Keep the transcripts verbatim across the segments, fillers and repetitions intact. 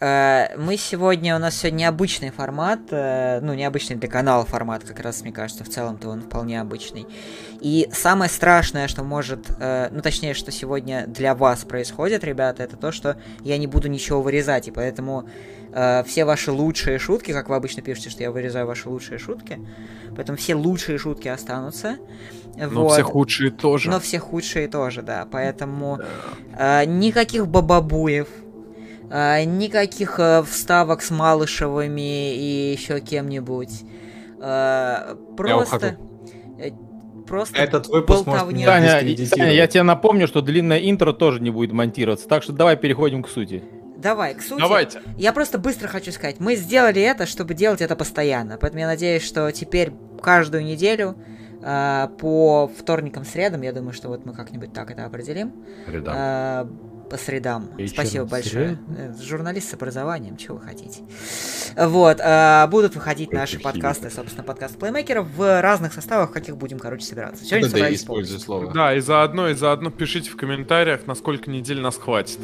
Мы сегодня, у нас сегодня необычный формат, ну, необычный для канала формат, как раз, мне кажется, в целом-то он вполне обычный. И самое страшное, что может, ну, точнее, что сегодня для вас происходит, ребята, это то, что я не буду ничего вырезать, и поэтому все ваши лучшие шутки, как вы обычно пишете, что я вырезаю ваши лучшие шутки, поэтому все лучшие шутки останутся. Но вот. все худшие тоже. Но все худшие тоже, да, поэтому да. никаких бабабуев. Uh, никаких uh, вставок с Малышевыми и еще кем-нибудь. Uh, просто... Просто этот выпуск болтовня. Таня, Таня, я тебе напомню, что длинное интро тоже не будет монтироваться, так что давай переходим к сути. Давай, к сути. Давайте. Я просто быстро хочу сказать, мы сделали это, чтобы делать это постоянно, поэтому я надеюсь, что теперь каждую неделю uh, по вторникам, средам, я думаю, что вот мы как-нибудь так это определим. Uh, по средам. Вечером. Спасибо большое. Сред? Журналист с образованием, чего вы хотите. Вот. Э, будут выходить это наши химия. подкасты, собственно, подкаст плеймейкеров в разных составах, в каких будем, короче, собираться. Сегодня да, да, используй слово. Да, и заодно, и заодно пишите в комментариях, на сколько недель нас хватит.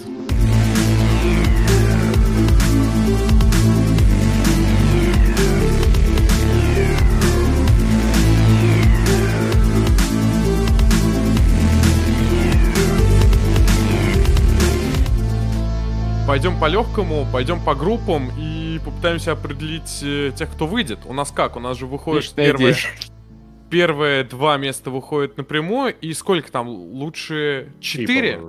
Пойдем по легкому, пойдем по группам и попытаемся определить э, тех, кто выйдет. У нас как? У нас же выходит первые, первые два места выходят напрямую. И сколько там? Лучше четыре?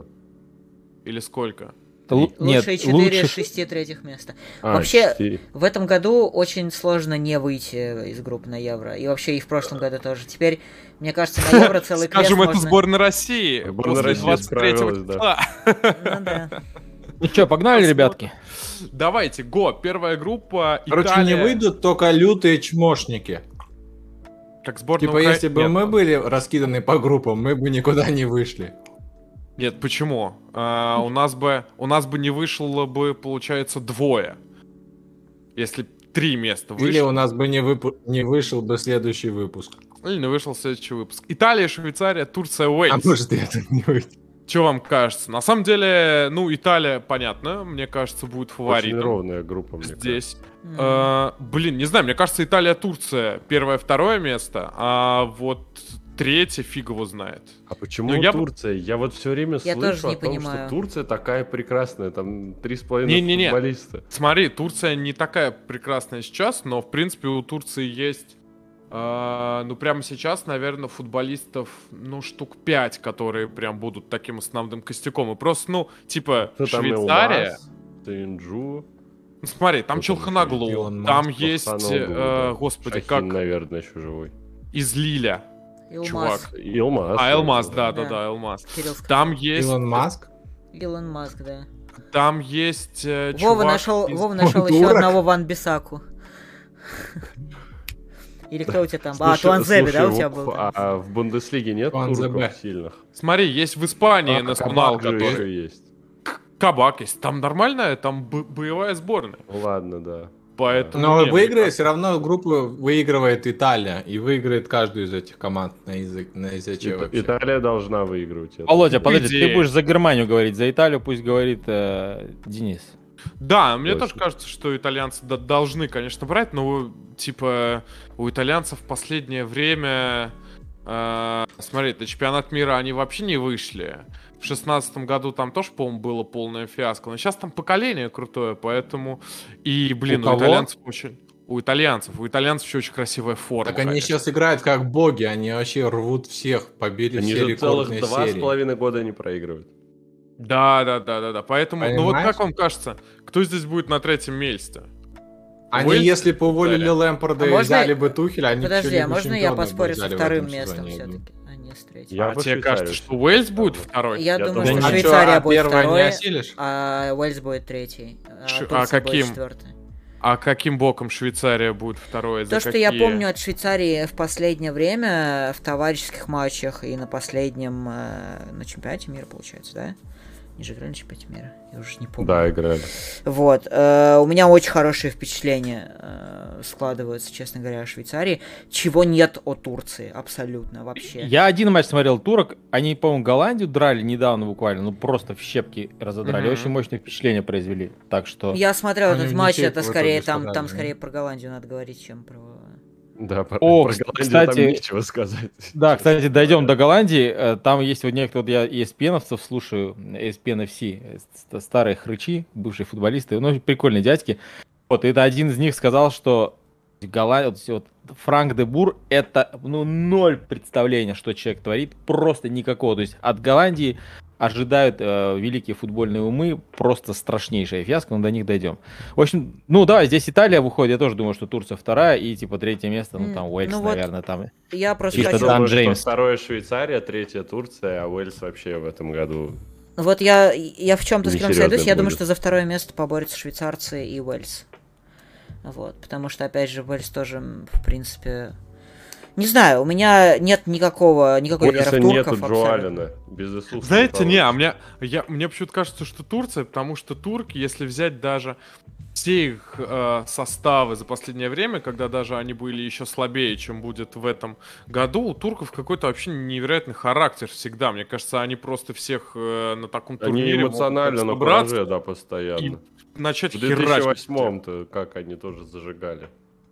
Или сколько? Л- Нет, лучшие четыре из шести третьих места. А, вообще, четыре. В этом году очень сложно не выйти из групп на Евро. И вообще и в прошлом году тоже. Теперь, мне кажется, на Евро целый квест Скажем, можно... это сборная России. Сборная России двадцать третьего числа. Ну да. Ну что, погнали, ребятки? Давайте, го, первая группа, Короче, Италия. не выйдут только лютые чмошники. Как сборная Типа, Укра... если бы Нет. мы были раскиданы по группам, мы бы никуда не вышли. Нет, почему? А, у нас бы у нас бы не вышло бы, получается, двое. Если три места вышло. Или у нас бы не, вып... не вышел бы следующий выпуск. Или не вышел следующий выпуск. Италия, Швейцария, Турция, Уэльс. А может, это не выйдет. Что вам кажется? На самом деле, ну, Италия, понятно, мне кажется, будет фаворитом. Очень ровная группа, мне здесь. Mm-hmm. А, блин, не знаю, мне кажется, Италия, Турция первое-второе место, а вот третье фиг его знает. А почему ну, я Турция? Я вот все время я слышу о не том, понимаю. что Турция такая прекрасная, там три с половиной футболиста. Смотри, Турция не такая прекрасная сейчас, но, в принципе, у Турции есть... Uh, ну, прямо сейчас, наверное, футболистов, ну, штук пять, которые прям будут таким основным костяком. И просто, ну, типа, Кто Швейцария... Тенджу... Ну, смотри, там Челханоглу, там есть, э, господи, Шахин, как... наверное, еще живой. Из Лиля. Илмаз. Чувак. Илмаз. А, Илмаз, да, да, да, да, Илмаз. Кирилл там есть... Илон Маск? Илон Маск, да. Там есть э, Вова чувак... нашел, из... Вова нашел еще одного Ван Бисаку. Или кто у тебя там? Слушай, а, Туанзебе, да, у тебя был? А, а в Бундеслиге нет турков сильных? Смотри, есть в Испании а, национал, который... есть. Кабак есть. Там нормальная, там бо- боевая сборная. Ладно, да. Поэтому Но нет, выиграет, все равно группу выигрывает Италия. И выиграет каждую из этих команд на язык, на языке вообще. Италия должна выигрывать. Володя, подожди, Идея. Ты будешь за Германию говорить, за Италию пусть говорит э, Денис. Да, мне Точно. тоже кажется, что итальянцы д- должны, конечно, брать, но, типа, у итальянцев в последнее время, э, смотри, на чемпионат мира они вообще не вышли. В шестнадцатом году там тоже, по-моему, было полное фиаско, но сейчас там поколение крутое, поэтому... И, блин, у, у итальянцев очень... У итальянцев, у итальянцев еще очень красивая форма. Так они конечно. сейчас играют как боги, они вообще рвут всех, побили они все рекордные серии. Они же целых два с половиной года не проигрывают. Да, да, да, да, да. Поэтому, Понимаешь? ну вот как вам кажется, кто здесь будет на третьем месте? Они, Уэльс? если бы уволили да. Лэмпорда а и можно... взяли бы Тухеля, они Подожди, а можно я поспорю со вторым сезоне, местом все-таки, а не с третьим? Я а тебе кажется, что Уэльс будет второй? Я, я думаю, что а Швейцария что, будет а второй, не а Уэльс будет третий, а, Ш... а каким? будет четвертый. А каким боком Швейцария будет второй? То, За что какие? я помню от Швейцарии в последнее время, в товарищеских матчах и на последнем, э, на чемпионате мира, получается, да? Они же играли на чемпионате мира? Я уже не помню. Да, играли. Вот. Э, у меня очень хорошие впечатления э, складываются, честно говоря, о Швейцарии. Чего нет о Турции. Абсолютно. Вообще. Я один матч смотрел турок. Они, по-моему, Голландию драли недавно буквально. Ну, просто в щепки разодрали. Mm-hmm. Очень мощное впечатление произвели. Так что... Я смотрел этот матч. Это скорее там, там скорее про Голландию надо говорить, чем про... Да, про, О, про Голландию кстати, там нечего сказать. Да, кстати, дойдем до Голландии. Там есть вот некоторые, вот я и эс пи эн-овцев слушаю, и эс пи эн эф си, старые хрычи, бывшие футболисты, ну, прикольные дядьки. Вот, и это один из них сказал, что Голландия, вот, вот, Франк де Бур, это, ну, ноль представления, что человек творит, просто никакого. То есть от Голландии ожидают э, великие футбольные умы, просто страшнейшая фиаско, но до них дойдем. В общем, ну да, здесь Италия выходит, я тоже думаю, что Турция вторая, и типа третье место, ну там Уэльс, ну, вот наверное, там. Я просто хочу... думаю, что второе Швейцария, третья Турция, а Уэльс вообще в этом году... Вот я, я в чем-то с кем сойдусь, я думаю, что за второе место поборются швейцарцы и Уэльс. Вот, потому что, опять же, Уэльс тоже, в принципе... Не знаю, у меня нет никакого, никакой веры в турков. Нету Джоалина, без Иисуса. Знаете, не, а мне, я, мне почему-то кажется, что Турция, потому что турки, если взять даже все их э, составы за последнее время, когда даже они были еще слабее, чем будет в этом году, у турков какой-то вообще невероятный характер всегда. Мне кажется, они просто всех э, на таком турнире они эмоционально на кураже, да, постоянно. И начать в две тысячи восьмом-то как они тоже зажигали.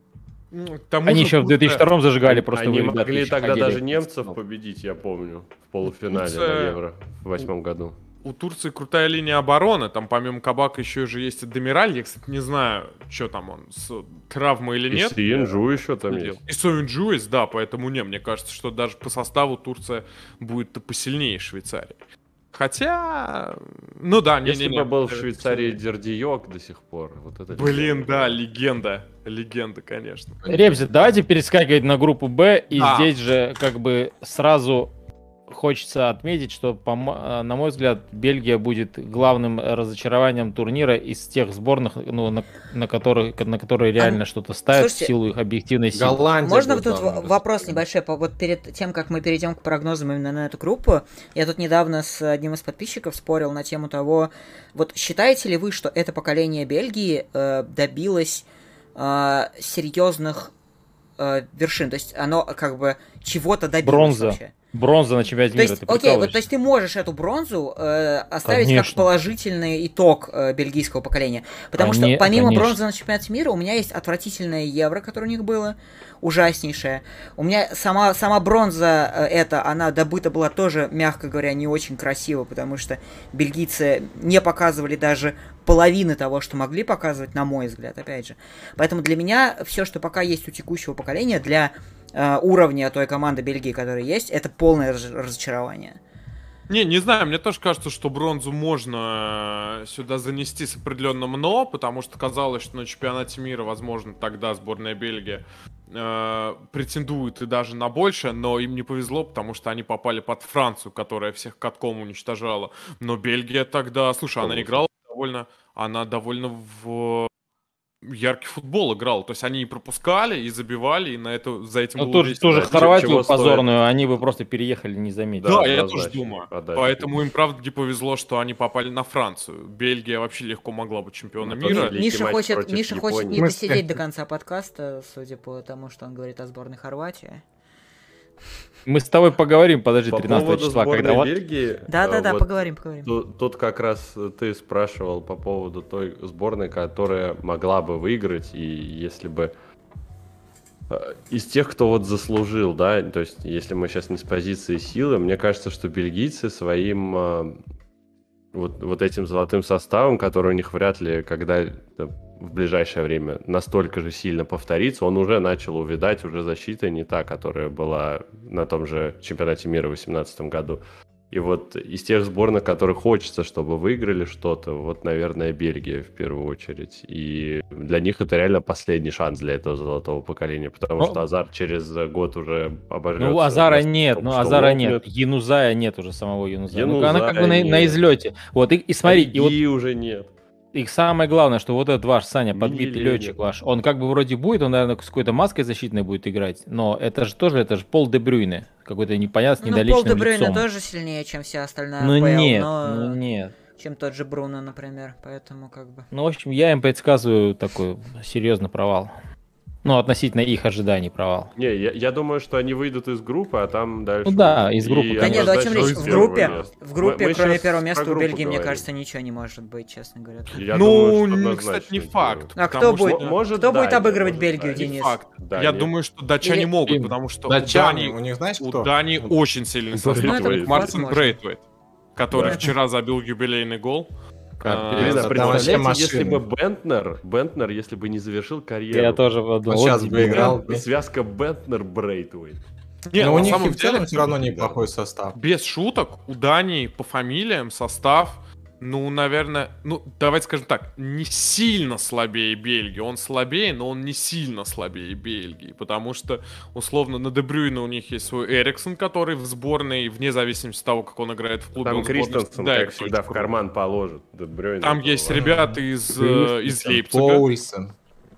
Тому они еще в две тысячи втором зажигали, просто они могли тогда ходили. Даже немцев победить, я помню, в полуфинале Турция... на Евро в восьмом году. У Турции крутая линия обороны, там помимо Кабака еще же есть и Демираль, я, кстати, не знаю, что там он, с травмой или нет. И Сиинджу еще там есть. И Сиинджу есть, да, поэтому не, мне кажется, что даже по составу Турция будет посильнее Швейцарии. Хотя, ну да, не, если не, бы не, был не, в Швейцарии Дердиёк до сих пор, вот это. Блин, легенда. Да, легенда, легенда, конечно. Ребзя, давайте перескакивать на группу Б, и да. Здесь же как бы сразу хочется отметить, что, по, на мой взгляд, Бельгия будет главным разочарованием турнира из тех сборных, ну, на, на, которых, на которые реально а, что-то ставят слушайте, в силу их объективной силы. Голландия можно вот тут вопрос небольшой? Вот перед тем, как мы перейдем к прогнозам именно на эту группу, я тут недавно с одним из подписчиков спорил на тему того, вот считаете ли вы, что это поколение Бельгии э, добилось э, серьезных э, вершин? То есть оно как бы чего-то добилось Бронза. Вообще? Бронза на чемпионате мира, есть, ты окей, вот, то есть ты можешь эту бронзу э, оставить конечно. Как положительный итог э, бельгийского поколения. Потому Коне- что помимо конечно. Бронзы на чемпионате мира у меня есть отвратительное Евро, которое у них было, ужаснейшее. У меня сама, сама бронза э, эта, она добыта была тоже, мягко говоря, не очень красиво, потому что бельгийцы не показывали даже половины того, что могли показывать, на мой взгляд, опять же. Поэтому для меня все, что пока есть у текущего поколения, для э, уровня той команды Бельгии, которая есть, это полное разочарование. Не, не знаю, мне тоже кажется, что бронзу можно сюда занести с определенным «но», потому что казалось, что на чемпионате мира, возможно, тогда сборная Бельгии э, претендует и даже на большее, но им не повезло, потому что они попали под Францию, которая всех катком уничтожала. Но Бельгия тогда, слушай, она играла довольно, она довольно в... яркий футбол играл, то есть они и пропускали, и забивали, и на это, за этим... Ну, тоже, тоже Хорватию позорную, стоит? Они бы просто переехали, не заметили. Да, да я тоже думаю. Подачи. Поэтому им, правда, не повезло, что они попали на Францию. Бельгия вообще легко могла быть чемпионом ну, мира. Миша хочет, Миша хочет не досидеть до конца подкаста, судя по тому, что он говорит о сборной Хорватии. Мы с тобой поговорим, подожди, тринадцатого числа, когда вот... Бельгии, Да-да-да, вот поговорим, поговорим. Тут, тут как раз ты спрашивал по поводу той сборной, которая могла бы выиграть, и если бы... Из тех, кто вот заслужил, да, то есть если мы сейчас не с позиции силы, мне кажется, что бельгийцы своим вот, вот этим золотым составом, который у них вряд ли когда в ближайшее время настолько же сильно повторится, он уже начал увядать, уже защита не та, которая была на том же чемпионате мира в две тысячи восемнадцатом году. И вот из тех сборных, которых хочется, чтобы выиграли что-то, вот, наверное, Бельгия в первую очередь. И для них это реально последний шанс для этого золотого поколения, потому ну, что Азар через год уже обожрется. Ну, Азара нет, ну, Азара нет. Янузая нет уже, самого Янузая. Ну, она как бы на, на излете. Вот, и, и смотри. И вот... уже нет. И самое главное, что вот этот ваш, Саня, подбитый летчик ваш, он как бы вроде будет, он, наверное, с какой-то маской защитной будет играть, но это же тоже, это же Пол де Брюйне, какой-то непонятный, ну, недоличным лицом. Ну, Пол де Брюйне тоже сильнее, чем вся остальная ну, АПЛ, нет, но... Ну, нет, чем тот же Бруно, например, поэтому как бы... Ну, в общем, я им предсказываю такой серьезный провал. Ну, относительно их ожиданий провал. Не, я, я думаю, что они выйдут из группы, а там дальше... Ну да, из группы. Да нет, ну о чем речь? В группе, в группе Мы- мы кроме щас первого про места, у группу Бельгии, мне говорим. кажется, ничего не может быть, честно говоря. Я ну, думаю, что не- однозначно кстати, не сделают. факт. А кто потому будет, что- может, кто будет Дания, обыгрывать может, Бельгию, Дания. Не Денис? факт. Да, Я нет. думаю, что датчане Или- могут, Им. потому что у Датчане, Дании, у них знаешь у кто? Дании очень сильный состав. Ну, это Мартин возможно. Брейтвейт, который Да. вчера забил юбилейный гол. А, Блин, Блин, а там представляете, вообще если машина. бы Бентнер, Бентнер, если бы не завершил карьеру, Я тоже подумал. Он сейчас вот бы играл. связка Бентнер-Брейтвейт. Не, Но на у них самом и в целом деле, все равно неплохой состав. без шуток, у Дании по фамилиям состав, ну, наверное, ну, давайте скажем так, не сильно слабее Бельгии. Он слабее, но он не сильно слабее Бельгии, потому что, условно, на Де Брюйне у них есть свой Эриксон, который в сборной, вне зависимости от того, как он играет в клубе, Там он в сборной Кристенсен, всегда как играет всегда, в круто. карман положит. Де Брюйне Там этого есть важно. ребята из, э, из Лейпцига, Поульсен.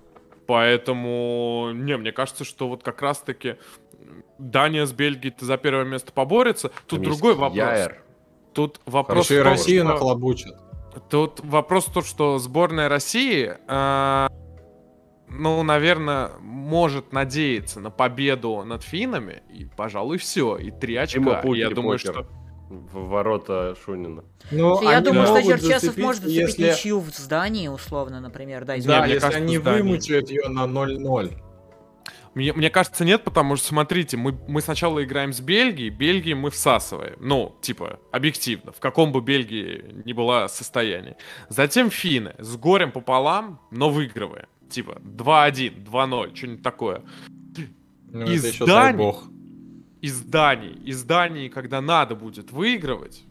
поэтому, не, мне кажется, что вот как раз-таки Дания с Бельгией-то за первое место поборется. Тут Там другой есть вопрос. Яер. Тут вопрос Хорошо, и в том, Россию что- нахлобучат. Тут вопрос в том, что сборная России, э, ну, наверное, может надеяться на победу над финнами, и, пожалуй, все, и три Тима очка. Путин Я думаю, покер. что... В ворота Шунина. Ну, Я они думаю, что могут Черчесов зацепить, может зацепить если... ничью в здании, условно, например. Да, Да, извини. мне если кажется, они здание. вымучают ее на ноль-ноль. Мне, мне кажется, нет, потому что, смотрите, мы, мы сначала играем с Бельгией, Бельгии мы всасываем. Ну, типа, объективно, в каком бы Бельгии ни была состоянии. Затем финны, с горем пополам, но выигрываем. Типа, два-один, два-ноль, что-нибудь такое. Ну, Из это еще дай Дании- бог. Из Дании, из Дании, когда надо будет выигрывать,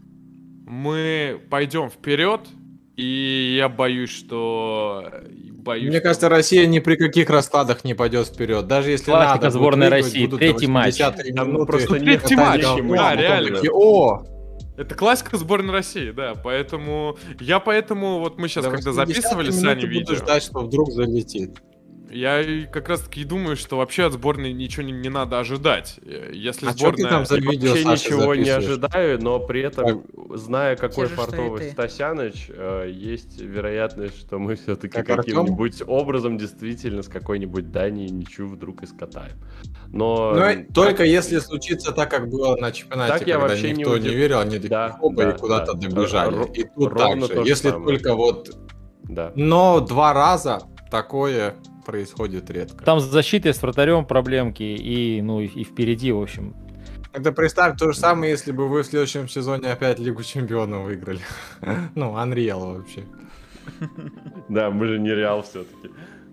мы пойдем вперед, и я боюсь, что... Боюсь, Мне что- кажется, Россия ни при каких раскладах не пойдет вперед. Даже если Классика надо будет сборной выиграть, России. будут Третий на матч. восьмидесятой Там минуты просто Ну, третий катать матч, говно, да, а потом реально. такие, О, Это классика сборной России, да, поэтому... Я поэтому, вот мы сейчас, до когда восьмидесятой записывали с минуты Аней буду видео, ждать, что вдруг залетит. я и как раз-таки и думаю, что вообще от сборной ничего не, не надо ожидать. Э, Если А что сборная... ты там за видео, Вообще Саша, ничего не записываешь? ожидаю, но при этом, зная, какой же, что и фартовый ты. Стасяныч, э, есть вероятность, что мы все-таки Как Артём? каким-нибудь образом действительно с какой-нибудь Данией ничью вдруг и скатаем. Но... Но м, только так- если случится так, как было на чемпионате, Так я когда вообще не никто не, удив- верил, они такие Да, оба да, и куда-то да. добежали. Ро- И тут ровно так то же. же Если самое. только вот... Да. Но два раза такое происходит редко. Там с защитой, с вратарем проблемки, и, ну, и, и впереди, в общем. Это представь то же самое, если бы вы в следующем сезоне опять Лигу Чемпионов выиграли. Ну, Unreal вообще. Да, мы же не Реал все-таки.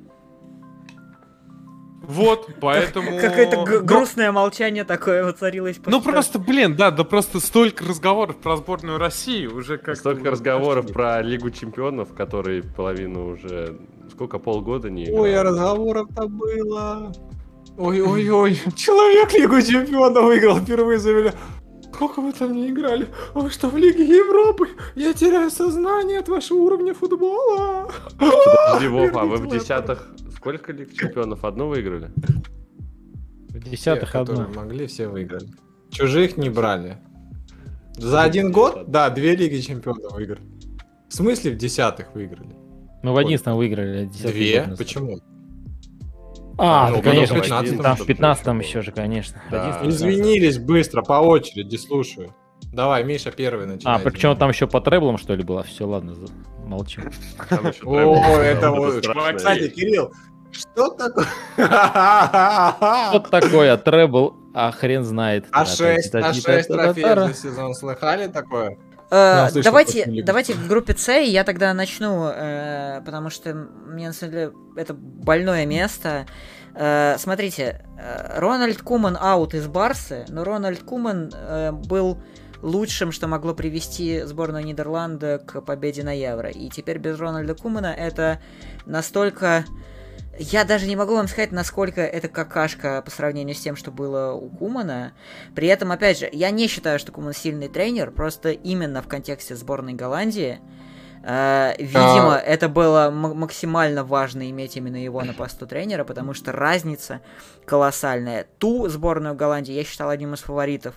Вот, поэтому... Какое-то г- Ну, грустное молчание такое воцарилось. Ну после- просто, блин, да, да просто столько разговоров про сборную России уже как Столько разговоров про Лигу Чемпионов, которые половину уже... Сколько, полгода не играл? Ой, а разговоров-то было. Ой-ой-ой, человек Лигу Чемпионов выиграл впервые за меня. Сколько вы там не играли? Ой, что в Лиге Европы? Я теряю сознание от вашего уровня футбола. Подожди, Вов, а вы в Верните десятых... Сколько Лиг Чемпионов? Одну выиграли? В десятых Все, одна. которые могли, все выиграли. Чужих не брали. За один год? Да, две Лиги Чемпионов выиграли. В смысле в десятых выиграли? Мы в одиннадцатом выиграли. а десятый Две? год назад. Почему? А, Ну, да, конечно, в пятнадцатом там что в пятнадцатом еще еще же, конечно. В Да. одиннадцатом, Извинились быстро, по очереди, слушаю. Давай, Миша первый А, начинай. причем там еще по треблам, что ли, было? Все, ладно, за- молчим. Там еще О, требовалось, это да, вот. страшная Кстати, вещь. Кирилл, что такое? Что такое требл? А хрен знает. А шесть, а шесть трофеев Та-та-та-та-та-та. за сезон слыхали такое? Э, Я слышал, давайте, как они давайте в группе С я тогда начну, э, потому что мне на самом деле это больное место. Э, смотрите, э, Рональд Куман аут из Барсы, но Рональд Куман э, был лучшим, что могло привести сборную Нидерланды к победе на Евро. И теперь без Рональда Кумана это настолько... Я даже не могу вам сказать, насколько это какашка по сравнению с тем, что было у Кумана. При этом, опять же, я не считаю, что Куман сильный тренер, просто именно в контексте сборной Голландии, э, видимо, А. это было м- максимально важно иметь именно его на посту тренера, потому что разница колоссальная. Ту сборную Голландии я считал одним из фаворитов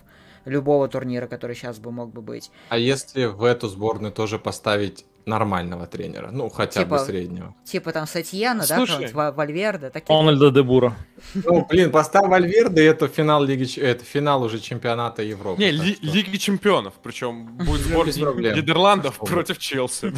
любого турнира, который сейчас бы мог бы быть. А если в эту сборную тоже поставить нормального тренера? Ну, хотя типа, бы среднего. Типа там Сатьяна, Слушай, да, Вальверде. Такие... Рональда де Бура. Ну, блин, поставь Вальверде, это финал Лиги, это финал уже чемпионата Европы. Не, ли, что... Лиги чемпионов, причем будет сборная Нидерландов против Челси.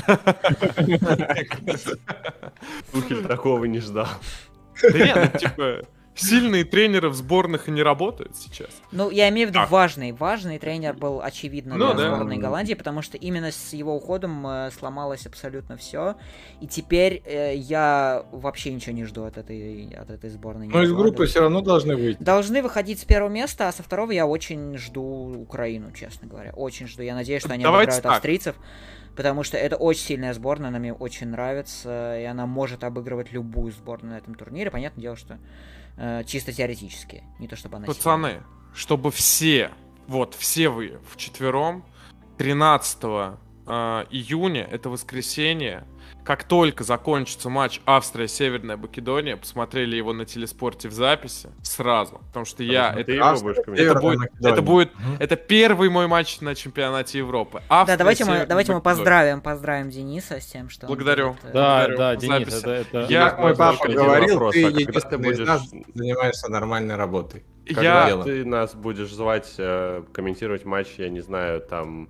Тухель такого не ждал. Да нет, ну типа... Сильные тренеры в сборных и не работают сейчас. Ну, я имею в виду а. важный. Важный тренер был, очевидно, ну, для да. сборной Голландии, потому что именно с его уходом э, сломалось абсолютно все. И теперь э, я вообще ничего не жду от этой, от этой сборной. Но из группы все равно должны выйти. Должны выходить с первого места, а со второго я очень жду Украину, честно говоря. Очень жду. Я надеюсь, что они Давайте обыграют так. австрийцев. Потому что это очень сильная сборная, она мне очень нравится, и она может обыгрывать любую сборную на этом турнире. Понятное дело, что э, чисто теоретически, не то чтобы она... Пацаны, сильная. Чтобы все, вот, все вы вчетвером тринадцатого э, июня, это воскресенье, как только закончится матч Австрия-Северная Македония, посмотрели его на телеспорте в записи сразу, потому что я... Это, это будет, это, будет угу. это первый мой матч на чемпионате Европы. Австрия, да, давайте мы, давайте мы поздравим, поздравим Дениса с тем, что... Благодарю. Будет, да, благодарю. да, Денис, это... это... Я, как мой папа говорил, вопрос, ты а единственный будешь... из нас занимаешься нормальной работой. Когда я... ты нас будешь звать, э, комментировать матч, я не знаю, там...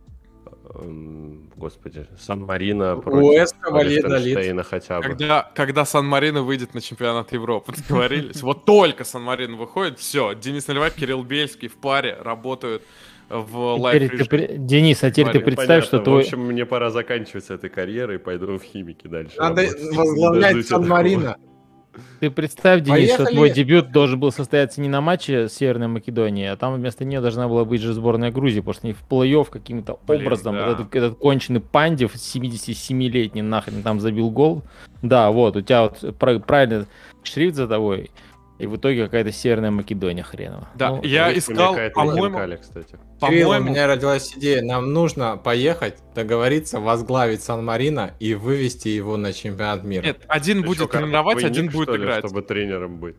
Господи, Сан-Марино против Лихтенштейна хотя бы. Когда, когда Сан-Марино выйдет на чемпионат Европы, договорились? Вот только Сан-Марино выходит, все, Денис Наливайко, Кирилл Бельский в паре работают в лайв-режиме. Денис, а теперь ты представь, что твой... В общем, мне пора заканчивать с этой карьерой и пойду в химики дальше. Надо возглавлять Сан-Марино. Ты представь, Денис, Поехали. Что твой дебют должен был состояться не на матче с Северной Македонией, а там вместо нее должна была быть же сборная Грузии, потому что они в плей-офф каким-то Блин, образом, да. этот, этот конченый Пандев, семидесятисемилетний, нахрен там забил гол. Да, вот, у тебя вот правильно шрифт за тобой, и в итоге какая-то Северная Македония хренова. Да, ну, я искал, по-моему... кстати. Кирилл, у меня родилась идея, нам нужно поехать, договориться, возглавить Сан-Марино и вывести его на чемпионат мира. Нет, один Ты будет что, тренировать, один Ник, будет ли, играть. Чтобы тренером быть.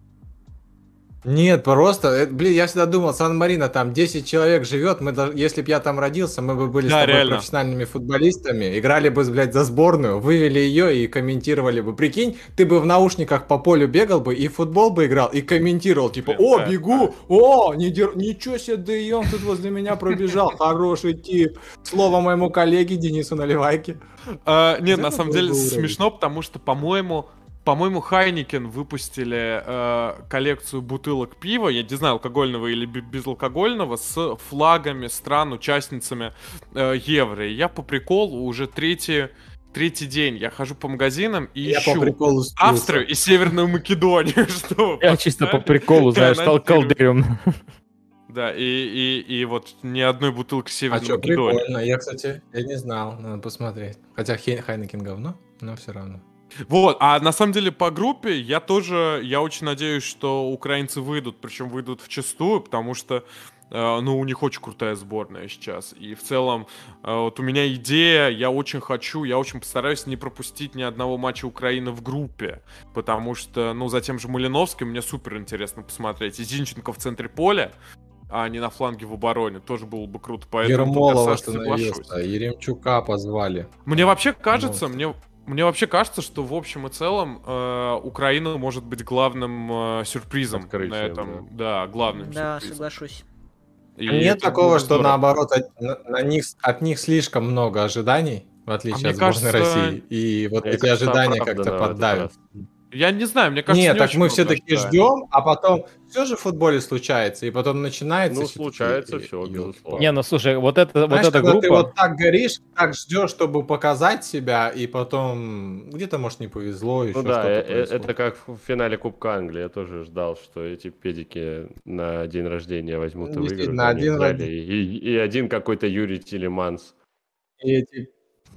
Нет, просто, блин, я всегда думал, Сан-Марино, там десять человек живет, мы, если бы я там родился, мы бы были да, с тобой реально. профессиональными футболистами, играли бы, блядь, за сборную, вывели ее и комментировали бы. Прикинь, ты бы в наушниках по полю бегал бы и в футбол бы играл, и комментировал, типа, блин, о, да, бегу, да. о, не дер... ничего себе, да и он тут возле меня пробежал, хороший тип. Слово моему коллеге Денису Наливайке. Нет, на самом деле смешно, потому что, по-моему... По-моему, Хайникен выпустили э, коллекцию бутылок пива, я не знаю, алкогольного или безалкогольного, с флагами стран-участницами э, Евро. И я по приколу уже третий, третий день я хожу по магазинам и я ищу Австрию и Северную Македонию. Что, я чисто по приколу, знаешь, стал колдырем. Да, и, и, и вот ни одной бутылки Северной а что, Македонии. Прикольно, я, кстати, я не знал, надо посмотреть. Хотя Хайникен говно, но все равно. Вот, а на самом деле по группе я тоже, я очень надеюсь, что украинцы выйдут, причем выйдут вчистую, потому что, э, ну, у них очень крутая сборная сейчас. И в целом, э, вот у меня идея, я очень хочу, я очень постараюсь не пропустить ни одного матча Украины в группе, потому что, ну, за тем же Малиновским мне супер интересно посмотреть. И Зинченко в центре поля, а не на фланге в обороне, тоже было бы круто. Поэтому Ермолова остановился, Еремчука позвали. Мне вообще кажется, вот. мне... Мне вообще кажется, что в общем и целом э, Украина может быть главным э, сюрпризом Открытием, на этом. Да, да главным да, сюрпризом. соглашусь. И нет такого, что здорово. Наоборот от, на, на них, от них слишком много ожиданий, в отличие а от сборной кажется... России. И вот эти ожидания как-то поддавят. Я не знаю, мне кажется, Нет, не так мы все-таки ожидаем. ждем, а потом все же в футболе случается, и потом начинается. Ну, случается и, все, безусловно. Не, ну слушай, вот это Знаешь, вот эта когда группа... ты вот так горишь, так ждешь, чтобы показать себя, и потом где-то, может, не повезло, еще ну, да, что-то э- повезло. Это как в финале Кубка Англии. Я тоже ждал, что эти педики на день рождения возьмут и выиграют. На один род... и, и, и один какой-то Юрий Тилеманс. И эти...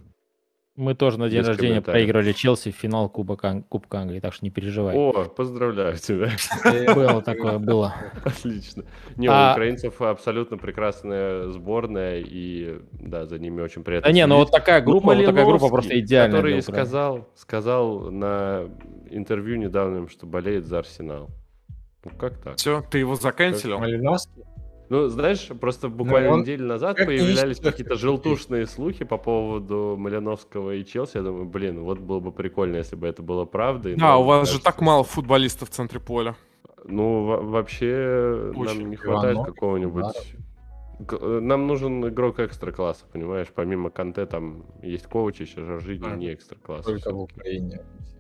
Мы тоже на день Без рождения проигрывали Челси в финал Кубка, Кубка Англии, так что не переживай. О, поздравляю тебя. Было такое, было. Отлично. Не, у украинцев абсолютно прекрасная сборная, и да, за ними очень приятно. Да не, ну вот такая группа, вот такая группа просто идеальная. Который сказал, сказал на интервью недавнем, что болеет за Арсенал. Ну как так? Все, ты его заканчивал? Малиновский? Ну, знаешь, просто буквально Ну, он- неделю назад как появлялись нищий какие-то желтушные слухи по поводу Малиновского и Челси. Я думаю, блин, вот было бы прикольно, если бы это было правдой. Да, но у вас кажется, же так мало футболистов в центре поля. Ну, во- вообще, Очень. нам не хватает Иванов, какого-нибудь... Г- э, Нам нужен игрок экстра-класса, понимаешь? Помимо Канте там есть Ковачич, а Жоржини А, не экстра-класса. Только в всё-таки. Украине.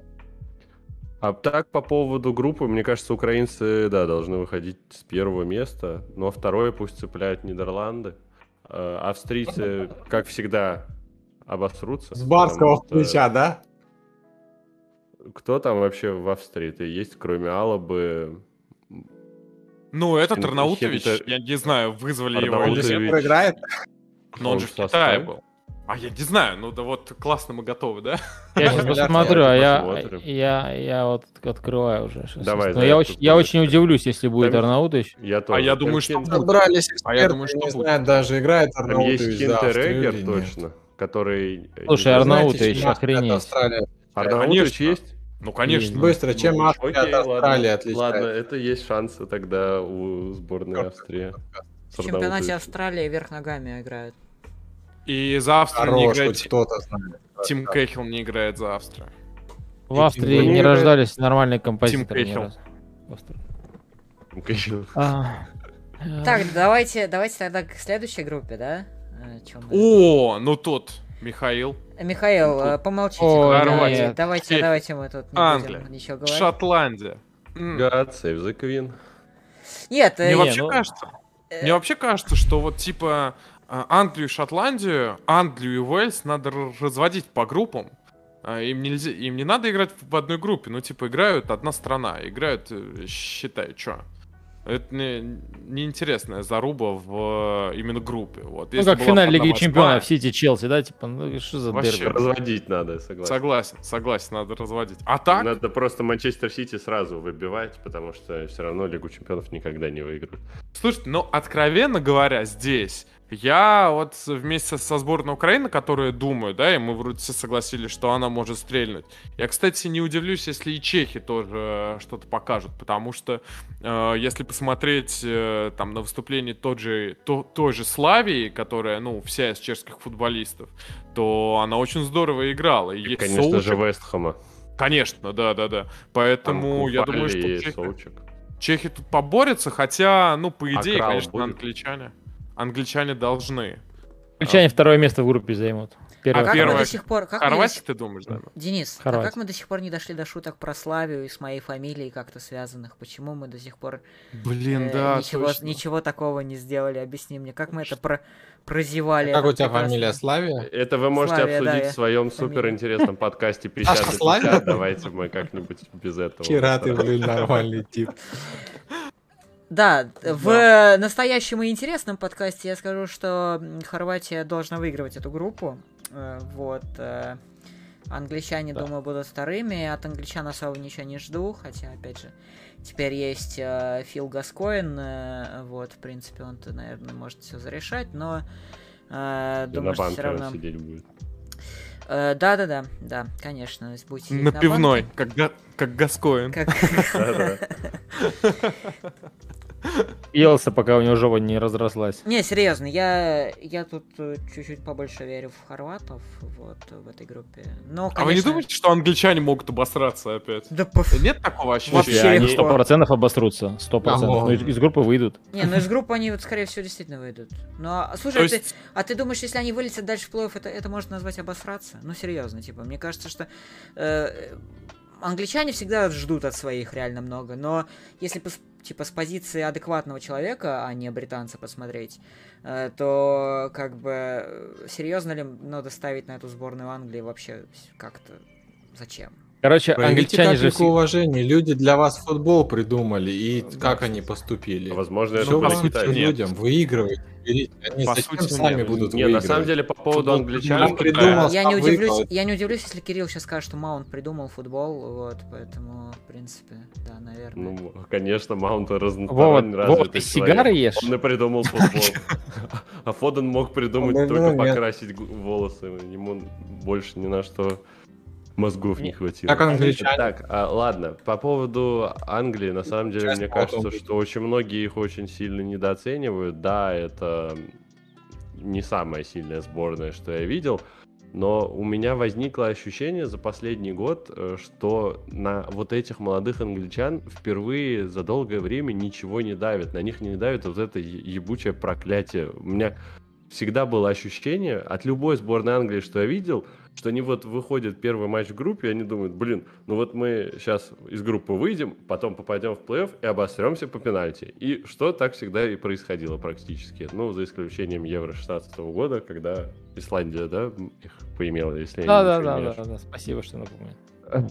А так, по поводу группы, мне кажется, украинцы, да, должны выходить с первого места, но второе пусть цепляют Нидерланды. А, Австрийцы, как всегда, обосрутся. С барского потому что плеча, да? Кто там вообще в Австрии-то есть, кроме Алабы? Ну, этот Хин- Арнаутович, Хинтер- я не знаю, вызвали его Арнаутович. или нет, Сектор играет? но он Он же в в Китае составе? был. А я не знаю, ну да вот классно мы готовы, да? Я сейчас Давайте посмотрю, а я, посмотрим. я, я вот открываю уже. щас. Давай, Но да, я, я очень, тут я тоже очень удивлюсь, если будет Там- Арнаутович. Я тоже. я Там думаю, что Хин- будет. Собрались эксперты, А я думаю, что не будет. знаю, даже играет Там Арнаутович есть за Австрию Хинтереггер или нет. точно, который... э, Слушай, не Арнаут- знаю, Арнаутович, чем Австрия от охренеть. Австралии? Арнаутович Конечно. есть? Ну, конечно. Быстро, чем Ну, Австрия окей, от Австралии ладно. отличается? Ладно, это есть шансы тогда у сборной Австрии. В чемпионате Австралии вверх ногами играют. И за Австрию не Хорош, играет... хоть кто-то знает. Тим Кэхилл не играет за Австрию. В Австрии Тим не Кэхилл. рождались нормальные композиторы. ни Кэхилл. разу. В Австрии. Кэхилл. А, э, Так, давайте, давайте тогда к следующей группе, да? Э, чё мы- О, ну тут Михаил. Э, Михаил, ну, э, помолчите. Ой, давайте, нет. давайте, Чехия. давайте мы тут не Англия. будем ничего говорить. Шотландия. М. God save the Queen. Нет, э, Мне Не, вообще ну- кажется, э, мне вообще кажется, что вот типа а, Англию и Шотландию, Англию и Уэльс надо р- разводить по группам. А, Им нельзя, им не надо играть в одной группе, ну типа играют одна страна, играют, э, считай, что. Это не, неинтересная заруба в э, именно группе. Вот. Ну, Если как была финал бы Лиги одна Чемпионов, восьмая, Сити, Челси, да? Типа, ну что за Вообще. дерби? Разводить надо, согласен. Согласен, согласен, надо разводить. А так, Надо просто Манчестер Сити сразу выбивать, потому что все равно Лигу Чемпионов никогда не выиграют. слушайте, ну, откровенно говоря, здесь я вот вместе со сборной Украины, которая думаю, да, и мы вроде все согласились, что она может стрельнуть. Я, кстати, не удивлюсь, если и чехи тоже э, что-то покажут, потому что э, если посмотреть э, там на выступление тот же, то, той же Славии, которая, ну, вся из чешских футболистов, то она очень здорово играла. И И, есть конечно Соучек. же, Вестхэма. Конечно, да-да-да. Поэтому я думаю, что и чехи... Соучек. Чехи тут поборются, хотя, ну, по А идее, Крал конечно, будет? англичане. Англичане должны. Англичане второе место в группе займут. а Первое. как первое- мы до сих пор... Как мы до Хорватия, сих- ты думаешь, да? Денис, а Хорватия. как мы до сих пор не дошли до шуток про Славию и с моей фамилией как-то связанных? Почему мы до сих пор Блин, э, да, ничего, точно. ничего такого не сделали? Объясни мне, как мы это про прозевали? Как это у тебя прекрасно? фамилия? Славия? Это вы можете Славия, да, обсудить я- в своем фамилия. суперинтересном подкасте пятьдесят на Славия? пятьдесят. Давайте мы как-нибудь без этого. Вчера ты, блин, нормальный тип. Да, в настоящем и интересном подкасте я скажу, что м, Хорватия должна выигрывать эту группу. Э, Вот. э, Англичане, Да. думаю, будут вторыми. От англичан особо ничего не жду. Хотя, опять же, теперь есть э, Фил Гаскоин. э, Вот, в принципе, он-то, наверное, может все зарешать. Но э, И на думаю, что все банке равно... он сидеть будет. Э, Да-да-да, да, конечно. если будете сидеть На на пивной, банке, как, Га- как Гаскоин. как- Да-да. Елся, пока у него жопа не разрослась. Не, серьезно, я, я тут э, чуть-чуть побольше верю в хорватов вот в этой группе. Но, конечно... А вы не думаете, что англичане могут обосраться опять? Да поф- Нет такого ощущения? Вообще Вообще, они легко. сто процентов обосрутся. Сто процентов. Да, Ну, из, из группы выйдут. Не, ну из группы они вот скорее всего действительно выйдут. Ну а слушай, То а, ты, есть- а ты думаешь, если они вылетят дальше в плей-офф, это, это можно назвать обосраться? Ну серьезно, типа, мне кажется, что э, англичане всегда ждут от своих реально много, но если пос- типа с позиции адекватного человека, а не британца посмотреть, э, то как бы э, серьезно ли надо ставить на эту сборную Англии вообще как-то зачем? Короче, Проявите англичане же... капельку всег- уважения. Люди для вас футбол придумали, и как они А поступили. Возможно, это Все по будет сути, вам, Китай. нет. людям, выигрывайте, берите. Они По зачем сути, сами нет. будут Не, на выигрывать? самом деле, по поводу Футбол англичан... придумал. Я не, сам удивлюсь, выиграл. я не удивлюсь, если Кирилл сейчас скажет, что Маунт придумал футбол, вот, поэтому, в принципе, да, наверное. Ну, конечно, Маунт Вова, разносторонне Вова, развитый ты человек. сигары ешь? Он и придумал футбол. А Фоден мог придумать Он, только ну, нет. покрасить г- волосы. Ему больше ни на что Мозгов не хватило. Как англичане. Так, а, ладно, по поводу Англии, на самом деле, Сейчас мне потом кажется, будет. что очень многие их очень сильно недооценивают. Да, это не самая сильная сборная, что я видел, но у меня возникло ощущение за последний год, э, что на вот этих молодых англичан впервые за долгое время ничего не давит. На них не давит вот это е- ебучее проклятие. У меня всегда было ощущение от любой сборной Англии, что я видел, что они вот выходят первый матч в группе, и они думают, блин, ну вот мы сейчас из группы выйдем, потом попадем в плей-офф и обосремся по пенальти. И что так всегда и происходило практически. Ну, за исключением Евро шестнадцатого года, когда Исландия, да, их поимела, если я Да, ничего да, не да, ошибаюсь. да, да, спасибо, что напомнил.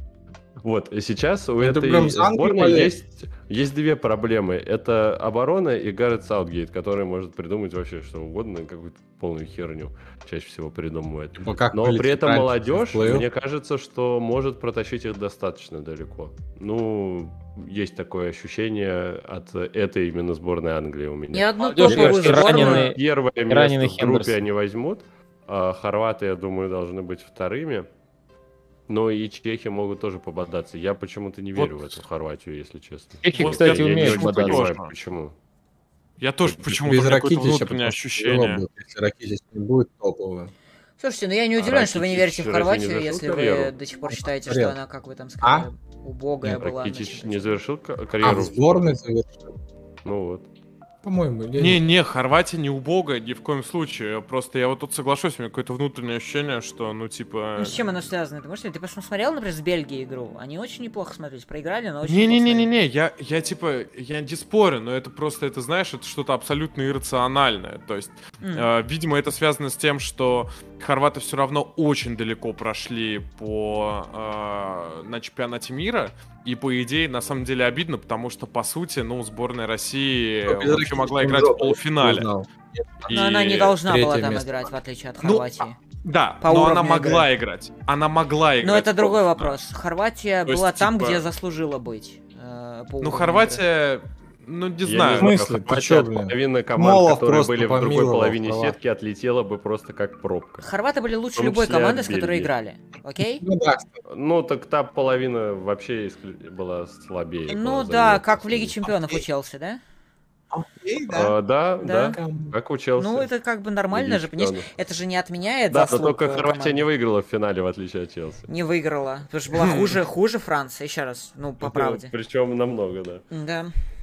Вот, и сейчас у Это этой прям за Англию сборной болеет. есть, есть две проблемы. Это оборона и Гаррет Саутгейт, который может придумать вообще что угодно, какую-то полную херню чаще всего придумывает. Типа, как Но при вылететь этом раньше молодежь, в плей-офф. мне кажется, что может протащить их достаточно далеко. Ну, есть такое ощущение от этой именно сборной Англии у меня. Ни одну Молодежь, топовую кажется, сборную. раненые- Первое раненый место в группе Хендерсон. они возьмут, а хорваты, я думаю, должны быть вторыми. Но и чехи могут тоже пободаться. Я почему-то не верю Вот. в эту Хорватию, если честно. Чехи, Вот кстати, я не умеют очень бодаться. понимаю. понимаю, почему. Я тоже почему-то Без у меня какое-то Ракитича, внутреннее потому что тяжело ощущение. будет, если Ракитич не будет топовым. Слушайте, ну я не А удивлен, что вы не Ракитич верите в разве не Хорватию, завершил если вы карьеру? до сих пор считаете, Карьеру. что она, как вы там сказали, убогая Нет, была. на Ракитич чемпионате. не завершил ка- А, карьеру? в сборной завершил. Ну вот. По-моему, я Не, не, Хорватия не убогая, ни в коем случае. Просто я вот тут соглашусь, у меня какое-то внутреннее ощущение, что, ну, типа... Ну с чем оно связано? Ты можешь, ты просто смотрел, например, с Бельгией игру? Они очень неплохо смотрелись, проиграли, но очень неплохо смотрелись. Не-не-не-не, я, я типа, я не спорю, но это просто, это знаешь, это что-то абсолютно иррациональное. То есть, М. э, видимо, это связано с тем, что хорваты все равно очень далеко прошли по, э, на чемпионате мира. И, по идее, на самом деле обидно, потому что, по сути, ну, сборная России Ну, без вообще Ракитича могла он играть в жопу полуфинале. узнал. И- Но она не должна была третье там место. играть, в отличие от Ну, Хорватии. Да, по но уровню она могла игры. играть. Она могла играть. Но это в другой полуфинале. вопрос. Хорватия То есть, была там, типа- где заслужила быть. э, по Ну, уровню Хорватия, ну, не Я знаю. не В смысле? знаю, Ты Хорватия чё, от блин? половины команд, Молов которые просто были в другой помиловал половине права. сетки, отлетела бы просто как пробка. игры. Хорваты были лучше В том любой числе команды, от с которой Бельгии. играли. Окей? Ну да, кстати. Ну, так та половина вообще исклю- была слабее. Ну была да, заметно как в Лиге слабее. Чемпионов у Челси, да? Окей, да. А, да, Да. да, как учился. Ну, это как бы нормально Лиги же, понимаешь? Чемпионов. Это же не отменяет Да, но заслуг только э, Хорватия команды. не выиграла в финале, в отличие от Челси. Не выиграла. Потому что была хуже, хуже Франции, еще раз, ну, по правде. Причем намного, да. Да.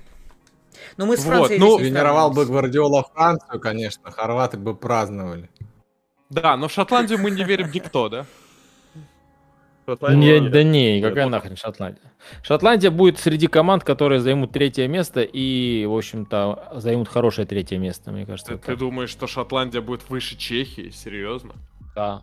Ну, мы с Вот, Францией ну, здесь не Тренировал бы сравниваемся. Гвардиола Францию, конечно, хорваты бы праздновали. Да, но в Шотландию мы не верим никто, да? Шотландия Не, нет. да не, какая Я нахрен Шотландия. Шотландия будет среди команд, которые займут третье место и, в общем-то, займут хорошее третье место, мне кажется. Ты, вот ты так. думаешь, что Шотландия будет выше Чехии? Серьезно? Да.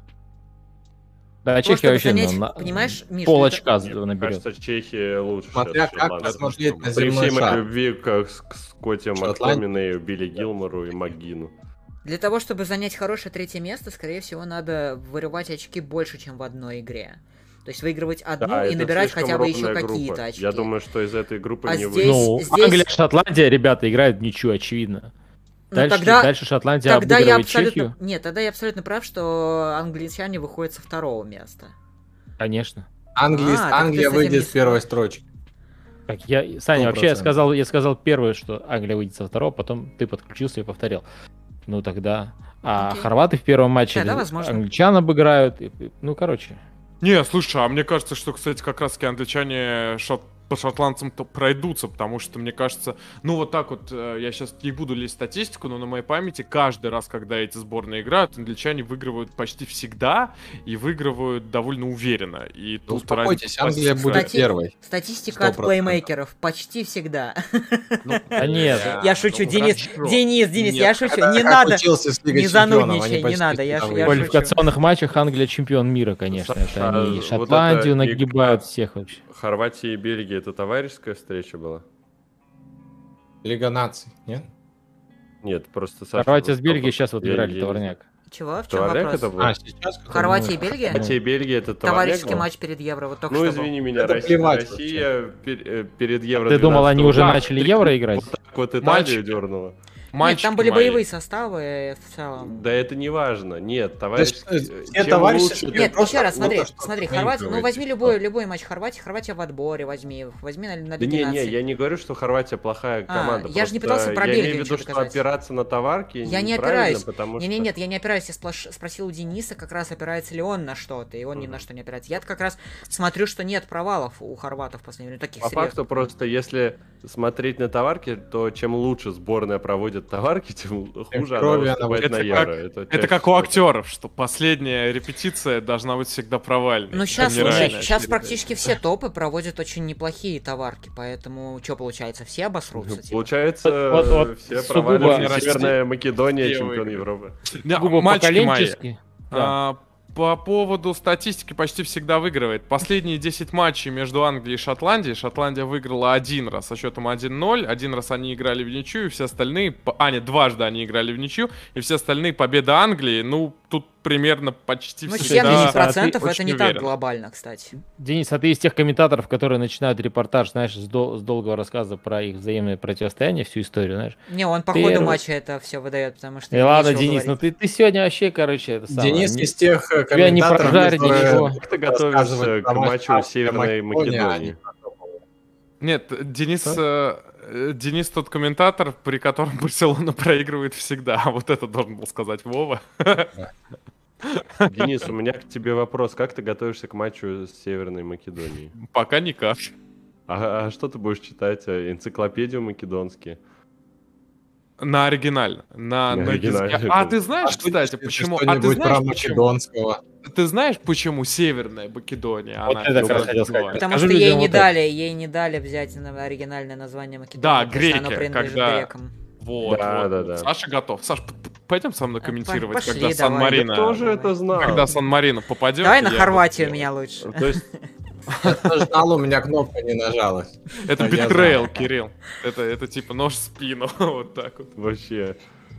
Да, Просто Чехия вообще занять, на, на- понимаешь, Миш, пол ну, очка Нет, мне наберет. кажется, Чехия лучше. Смотря сейчас как Шотландии. посмотреть на При земной всей моей шар. любви к, к Скотте Шотландия. Мактоминею, Билли Гилмору и МакГину. Для того, чтобы занять хорошее третье место, скорее всего, надо вырывать очки больше, чем в одной игре. То есть выигрывать одну Да, и это набирать слишком хотя бы еще ровная группа. какие-то очки. Я думаю, что из этой группы А не здесь- выйдет. Ну, здесь- Англия, Шотландия, ребята, играют ничего, очевидно. Ну, Дальше, тогда- дальше Шотландия Тогда я обыгрывает абсолютно... Чехию. Нет, тогда я абсолютно прав, что англичане выходят со второго места. Конечно. Англия, А, так Англия ты с этим выйдет не с первой строчки. Так, я, Саня, Сто вообще я процентов. сказал, я сказал первое, что Англия выйдет со второго, потом ты подключился и повторил. Ну тогда. А Окей. хорваты в первом матче Тогда возможно. англичан обыграют. и- и- ну, короче. Не, слушай, а мне кажется, что, кстати, как раз-таки англичане шот- по шотландцам-то пройдутся, потому что, мне кажется, ну вот так вот, э, я сейчас не буду лезть в статистику, но на моей памяти каждый раз, когда эти сборные играют, англичане выигрывают почти всегда и выигрывают довольно уверенно. И Ну, тут успокойтесь, разница Англия классическая. будет Кстати, первой. Статистика Сто от процентов. плеймейкеров почти всегда. Ну, Да нет. бля, Я шучу, ну, Денис, хорошо. Денис, Денис, Нет, я шучу, Это не как надо. учился с Лигой не Чемпионов, занудничай, они не почти надо, я ж- всегда я В шучу. квалификационных матчах Англия чемпион мира, конечно. Саша, Это они вот Шотландию это нагибают игра- всех вообще. Хорватия и Бельгия — это товарищеская встреча была? Лига наций, нет? Нет, просто Саша... Хорватия с вот Бельгией только- сейчас вот я- играли я- товарняк. Чего? В чем Товарняк вопрос? это был? А, сейчас? Хорватия и Ну, Бельгия? Хорватия и Бельгия — это товарняк Товарищеский был? матч перед Евро, вот только Ну, что был. извини меня, Это Россия, плевать Россия пер- э, перед Евро Ты думал, они уже двенадцатого начали евро играть? вот так вот Матч- Италию дернула. Мальчики Нет, там были мои. боевые составы в целом. Да это не важно. Нет, товарищ... все товарищи- Нет, просто еще раз, вот смотри, то, что смотри, вы Хорватия, ну проигрываете, возьми что? любой, любой матч Хорватии, Хорватия в отборе возьми, возьми на, на Да Лиге не, не, наций. я не говорю, что Хорватия плохая А, команда. я же не просто пытался про Я Бельгию имею в виду, ничего что доказать. опираться на товарки Я не неправильно, опираюсь. потому Не, что... не, нет, я не опираюсь, я сплош- спросил у Дениса, как раз опирается ли он на что-то, и он ни на что не опирается. Я как раз смотрю, что нет провалов у хорватов в последнее время, таких По серьезных. факту просто, если смотреть на товарки, то чем лучше сборная проводит товарки, тем хуже она крови она выступает Это на как- Евро. Это чаще как у всего. актеров, что последняя репетиция должна быть всегда провальной. Ну сейчас, а не слушай, реальная. сейчас практически все топы проводят очень неплохие товарки, поэтому что получается, все обосрутся? типа? Получается, Вот- вот все сугубо проваливают. Россия- Северная Македония, Россия чемпион выиграет. Европы. Да, Сугубо мальчики мои, поколенчески. Да. а, по поводу статистики почти всегда выигрывает. Последние десять матчей между Англией и Шотландией. Шотландия выиграла один раз со счетом один ноль. Один раз они играли в ничью, и все остальные... по- А, нет, дважды они играли в ничью, и все остальные победы Англии, ну, тут примерно почти Ну, всегда... семьдесят процентов очень это не уверен. так глобально, кстати. Денис, а ты из тех комментаторов, которые начинают репортаж, знаешь, с, дол- с долгого рассказа про их взаимное противостояние, всю историю, знаешь? Не, он по Первый. ходу матча это все выдает, потому что... И ладно, нечего Денис, ну говорить. ты, ты сегодня вообще, короче, это самое... Денис не- из тех э, тебя не комментаторов, прожарить, которые ничего. Как ты готовишься рассказывают к про матчу матч Северной Македонии, а Македонии? не про топовые. Нет, Денис, э, э, Денис тот комментатор, при котором Барселона проигрывает всегда. Вот это должен был сказать Вова. Денис, у меня к тебе вопрос. Как ты готовишься к матчу с Северной Македонией? Пока никак. А, а что ты будешь читать? А, Энциклопедию македонские? На оригинальном. На, На на языке. оригинальном. А ты знаешь, А что, кстати, если почему? А ты что-нибудь знаешь, про почему? македонского? Ты знаешь, почему Северная Македония? Вот она это как раз называется? хотел сказать. Потому Скажи что ей людям не вот это. дали, ей не дали взять на оригинальное название Македонии, Да, потому что оно греки, принадлежит когда- грекам. Вот, Да, вот, да, вот. да. Саша готов. Саш, п- п- пойдем со мной А, комментировать, пошли, когда давай. Сан-Марино... Кто же это знал? Когда Сан-Марино попадет. Давай на я Хорватию вот- меня лучше. То есть, Я тоже знал, у меня кнопка не нажалась. Это А я битрейл, знал. Кирилл. Это, это типа нож в спину. Вот так вот. вообще...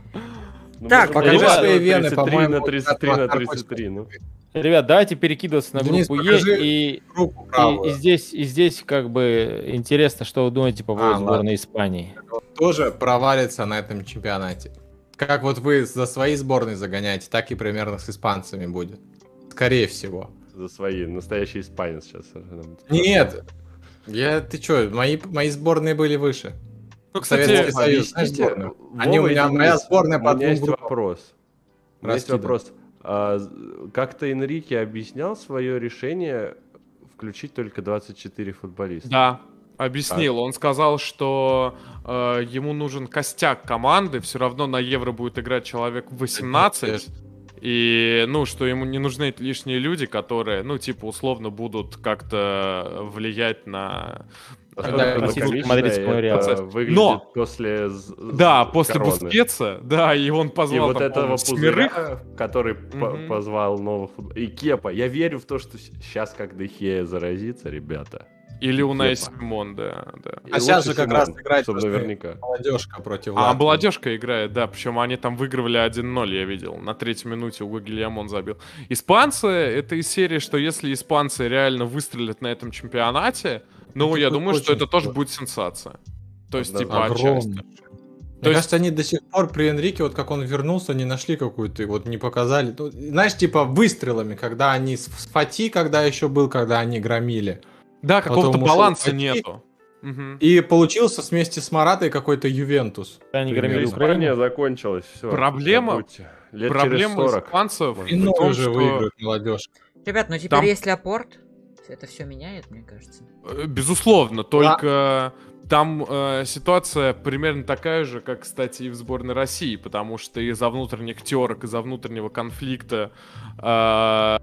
Ну, Так, может, покажи ребята, свои вены, тридцать три по-моему, на тридцать три на от тридцать три, ну. Ребят, давайте перекидываться на Денис, группу Е, покажи и, Руку и, правую. и здесь, и здесь как бы интересно, что вы думаете по поводу А, сборной ладно. Испании. Тоже провалится на этом чемпионате. Как вот вы за свои сборные загоняете, так и примерно с испанцами будет. Скорее всего. За свои. Настоящий испанец сейчас. Нет. Я, ты чё, мои, мои сборные были выше. Ну, Советский кстати, Союз, знаешь, Объясните, сборную? Они у Вова и меня, Денис, моя сборная у по меня двум есть группам. вопрос. У меня есть Прости, да. вопрос. А, з- как-то Энрике объяснял свое решение включить только двадцать четыре футболиста? Да, объяснил. Он сказал, что э, ему нужен костяк команды. Все равно на Евро будет играть человек восемнадцать. И, ну, что ему не нужны эти лишние люди, которые, ну, типа, условно будут как-то влиять на... Когда Особенно относительно комично мадридского это Реала. выглядит Но! после з- Да, з- после короны. Бускетса, да, и он И позвал вот там, этого по-моему, семерых. пузыря, который по- Мгм. позвал новых футбол- И Кепа. Я верю в то, что сейчас, как Дехея заразится, ребята. Или у Унай Кепа. Симон, да, да. И А сейчас лучше же как Симон, раз играет чтобы просто наверняка. молодежка против А, Латвии. молодежка играет, да, причем они там выигрывали один ноль, я видел. На третьей минуте Уго Гильямон забил. Испанцы, это из серии, что если испанцы реально выстрелят на этом чемпионате, ну, Это я будет думаю, что очень это тоже сложно. будет сенсация. То есть, типа, Однозначно. отчасти. Огромный. То Мне есть- кажется, они до сих пор при Энрике, вот как он вернулся, не нашли какую-то, вот не показали. Ну, знаешь, типа выстрелами, когда они с с Фати, когда еще был, когда они громили. Да, какого-то Потом ушел баланса Фати. нету. Мгм. И получился вместе с Маратой какой-то Ювентус. Они Примерно. громили Испания Украину. закончилась. Все. Проблема- Лет Проблема через сорок. испанцев может И в ну том, уже что, выиграют молодежка. Ребят, ну теперь Там- есть Леопорт, это все меняет, мне кажется. э, безусловно, только там э, ситуация примерно такая же, как, кстати, и в сборной России, потому что из-за внутренних терок, из-за внутреннего конфликта э,